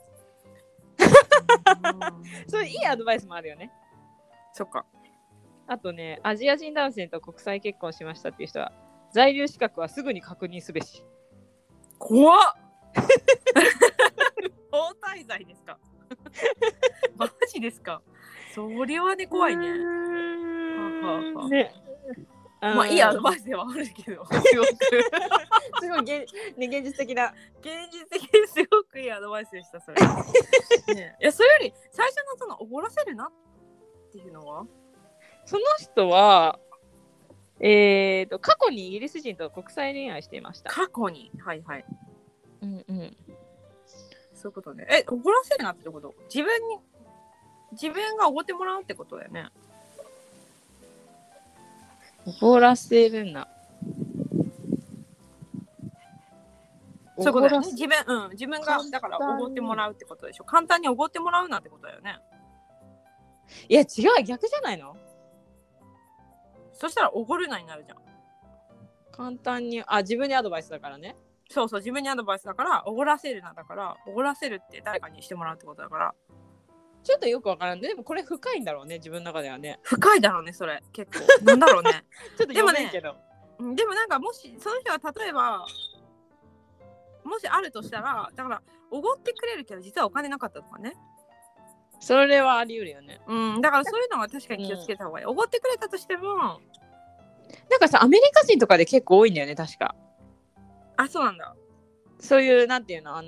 [SPEAKER 1] そういういいアドバイスもあるよね。
[SPEAKER 2] そっか。
[SPEAKER 1] あとね、アジア人男性と国際結婚しましたっていう人は、在留資格はすぐに確認すべし。
[SPEAKER 2] 怖っ法滞在ですかマジですか。それはね、怖いね。
[SPEAKER 1] ね、
[SPEAKER 2] まあいいアドバイスではあるけど、す
[SPEAKER 1] ごい現実的な。
[SPEAKER 2] 現実的にすごくいいアドバイスでした、それ。ね、いや、それより最初のそのおごらせるなっていうのは、
[SPEAKER 1] その人は、過去にイギリス人と国際恋愛していました。
[SPEAKER 2] 過去に、はいはい。そういうことね。おごらせるなってこと？自分がおごってもらうってことだよね。
[SPEAKER 1] おごらせるな。
[SPEAKER 2] そういうことだよね。自分がだからおごってもらうってことでしょ。簡単におごってもらうなってことだよね。
[SPEAKER 1] いや違う、逆じゃないの？
[SPEAKER 2] そしたらおごるなになるじゃん。
[SPEAKER 1] 簡単に、自分にアドバイスだからね。
[SPEAKER 2] そう自分にアドバイスだからおごらせるなだから、おごらせるって誰かにしてもらうってことだから。
[SPEAKER 1] ちょっとよくわからんでもこれ深いんだろうね自分の中ではね。
[SPEAKER 2] 深いだろうねそれ結構なんだろうね
[SPEAKER 1] ちょっと読めんけど。
[SPEAKER 2] でもなんかもしその人は例えばもしあるとしたらだからおごってくれるけど実はお金なかったとかね。
[SPEAKER 1] それはあり得るよね。
[SPEAKER 2] だからそういうのは確かに気をつけた方がいい。おごってくれたとしても
[SPEAKER 1] なんかさアメリカ人とかで結構多いんだよね確か。
[SPEAKER 2] あそうなんだ。
[SPEAKER 1] そういうなんていうの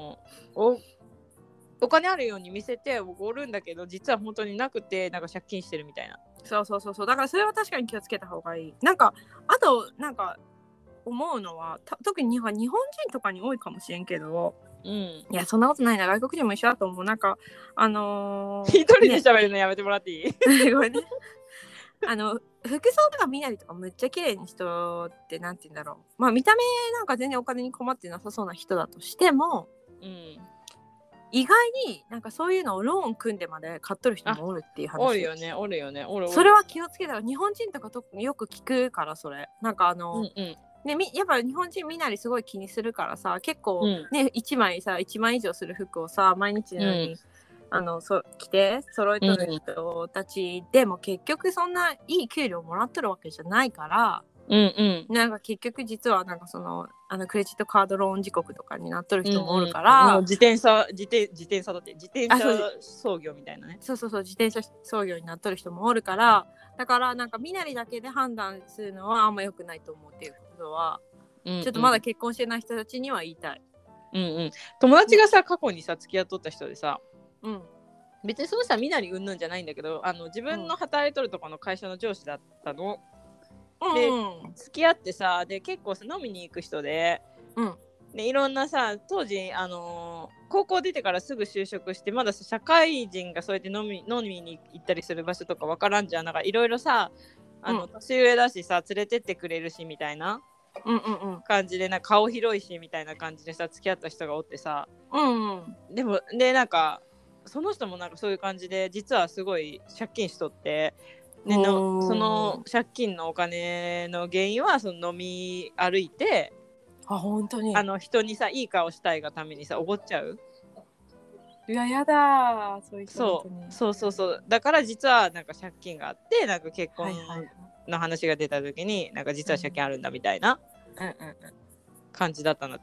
[SPEAKER 1] お金あるように見せておごるんだけど実は本当になくてなんか借金してるみたいな。
[SPEAKER 2] そうだからそれは確かに気をつけた方がいい。なんかあとなんか思うのは特に日本人とかに多いかもしれんけど、いやそんなことないな外国人も一緒だと思う。なんか
[SPEAKER 1] 一人で喋るのやめてもらっていい？
[SPEAKER 2] ごめんね服装とか身なりとかむっちゃ綺麗に人ってなんて言うんだろう。まあ見た目なんか全然お金に困ってなさそうな人だとしても、意外になんかそういうのをローン組んでまで買っとる人もおるっていう話。
[SPEAKER 1] おるよねおるよね。
[SPEAKER 2] それは気をつけたら日本人とかよく聞くからそれなんかね、やっぱ日本人身なりすごい気にするからさ結構ね、1枚以上する服をさ毎日のように、着て揃えとる人たちでも結局そんないい給料もらっとるわけじゃないから、なんか結局実はなんかクレジットカードローン時刻とかになっとる人もおるから、
[SPEAKER 1] 自転車だって自転車操業みたいなね。
[SPEAKER 2] そう自転車操業になっとる人もおるからだからなんか身なりだけで判断するのはあんま良くないと思うっていうことは、ちょっとまだ結婚してない人たちには言いたい。
[SPEAKER 1] 友達がさ過去にさ付き合っとった人でさ、別にその人は身なりうんぬんじゃないんだけど自分の働いとるとこの会社の上司だったの。で付き合ってさで結構さ飲みに行く人で、でいろんなさ当時高校出てからすぐ就職してまだ社会人がそうやって飲みに行ったりする場所とかわからんじゃん。なんかいろいろさ年上だしさ連れてってくれるしみたいな感じでなんか顔広いしみたいな感じでさ付き合った人がおってさ、でもねなんかその人もなんかそういう感じで実はすごい借金しとって。でその借金のお金の原因はその飲み歩いて
[SPEAKER 2] 本当に
[SPEAKER 1] 人にさいい顔したいがためにさおごっちゃう。
[SPEAKER 2] いややだそういう
[SPEAKER 1] 人そうだから実はなんか借金があってなんか結婚の話が出た時になんか実は借金あるんだみたいな感じだったんだって。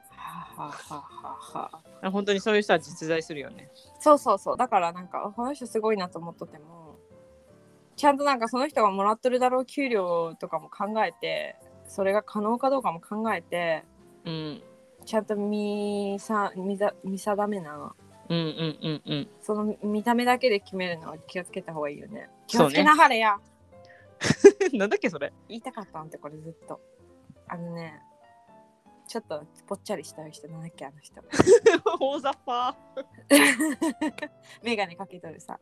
[SPEAKER 1] 本当にそういう人は実在するよね。
[SPEAKER 2] そうだからなんかこの人すごいなと思っとってもちゃんとなんかその人がもらっとるだろう給料とかも考えてそれが可能かどうかも考えて、ちゃんと見定めな、その見た目だけで決めるのは気をつけた方がいいよね。気をつけなはれや。
[SPEAKER 1] なんだっけそれ
[SPEAKER 2] 言いたかったんってこれずっとちょっとぽっちゃりした人なんだっけ人
[SPEAKER 1] 大雑把
[SPEAKER 2] メガネかけとるさ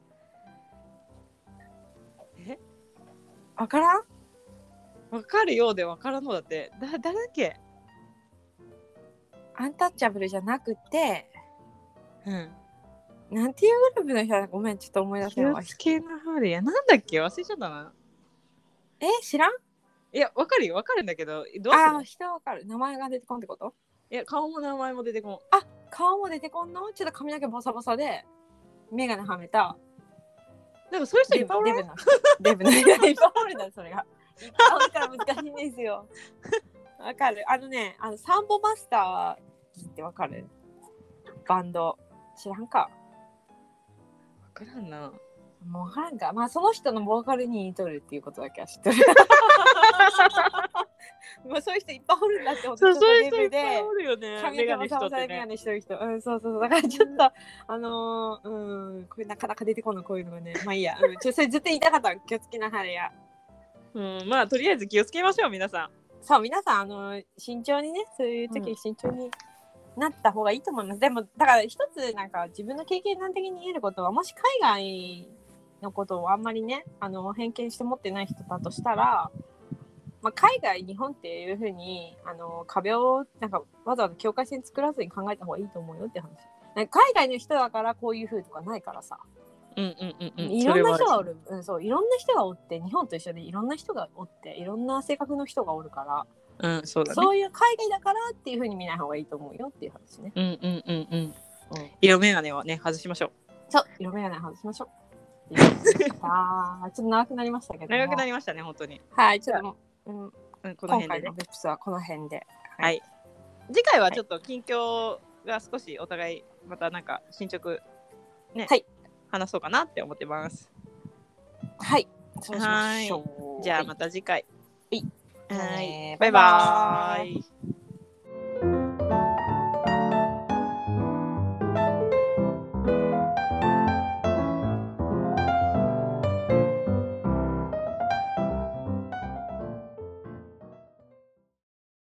[SPEAKER 2] わからん？
[SPEAKER 1] わかるようでわからんのだって。誰だっけ？
[SPEAKER 2] アンタッチャブルじゃなくて、なんていうグループの人だ？ごめんちょっと思い出せないわ。
[SPEAKER 1] 気をつけなはれや。なんだっけ忘れちゃったな。
[SPEAKER 2] 知らん？
[SPEAKER 1] いやわかるよわかるんだけど
[SPEAKER 2] 人わかる。名前が出てこんってこと？
[SPEAKER 1] いや顔も名前も出てこん。
[SPEAKER 2] 顔も出てこんの？ちょっと髪の毛ボサボサでメガネはめた。
[SPEAKER 1] なんかそういう人いっぱいおる。
[SPEAKER 2] デブのいっぱいおるんだそれが。いっぱいおるから難しいんですよ。わかる。サンボマスターってわかる？バンド知らんか？
[SPEAKER 1] わからんな。
[SPEAKER 2] もうわからんか。まあその人のボーカルに似とるっていうことだけは知ってる。もうそういう人いっぱいおるんだって。
[SPEAKER 1] そういう人いっぱいおるよね。
[SPEAKER 2] 髪の毛もサボサでメガネしてる人。そうだからちょっとこれなかなか出てこんのこういうのがね。まあいいや。それずっと言いたかった。気をつけなはれや。
[SPEAKER 1] まあとりあえず気をつけましょう皆さん。
[SPEAKER 2] そう皆さん慎重にねそういう時に慎重になった方がいいと思います。でもだから一つなんか自分の経験談的に言えることはもし海外のことをあんまりね偏見して持ってない人だとしたら、海外日本っていう風に壁をなんかわざわざ境界線作らずに考えた方がいいと思うよって話。なんか海外の人だからこういう風とかないからさ。いろんな人がおる、そういろんな人がおって日本と一緒でいろんな人がおっていろんな性格の人がおるから、
[SPEAKER 1] そうだね、
[SPEAKER 2] そういう海外だからっていう風に見ない方がいいと思うよっていう話ね。
[SPEAKER 1] 色眼鏡はね外しましょう。
[SPEAKER 2] 色眼鏡外しましょう。ちょっと長くなりましたけども。
[SPEAKER 1] 長くなりましたね、本当に。
[SPEAKER 2] はい、ちょっと、
[SPEAKER 1] この辺でね。
[SPEAKER 2] 今回のベプスはこの辺で。
[SPEAKER 1] はい。次回はちょっと近況が少しお互いまたなんか進捗ね、
[SPEAKER 2] はい、
[SPEAKER 1] 話そうかなって思ってます。
[SPEAKER 2] はい、そうしましょう。
[SPEAKER 1] じゃあまた次回。
[SPEAKER 2] はい、
[SPEAKER 1] はい、バイバーイ。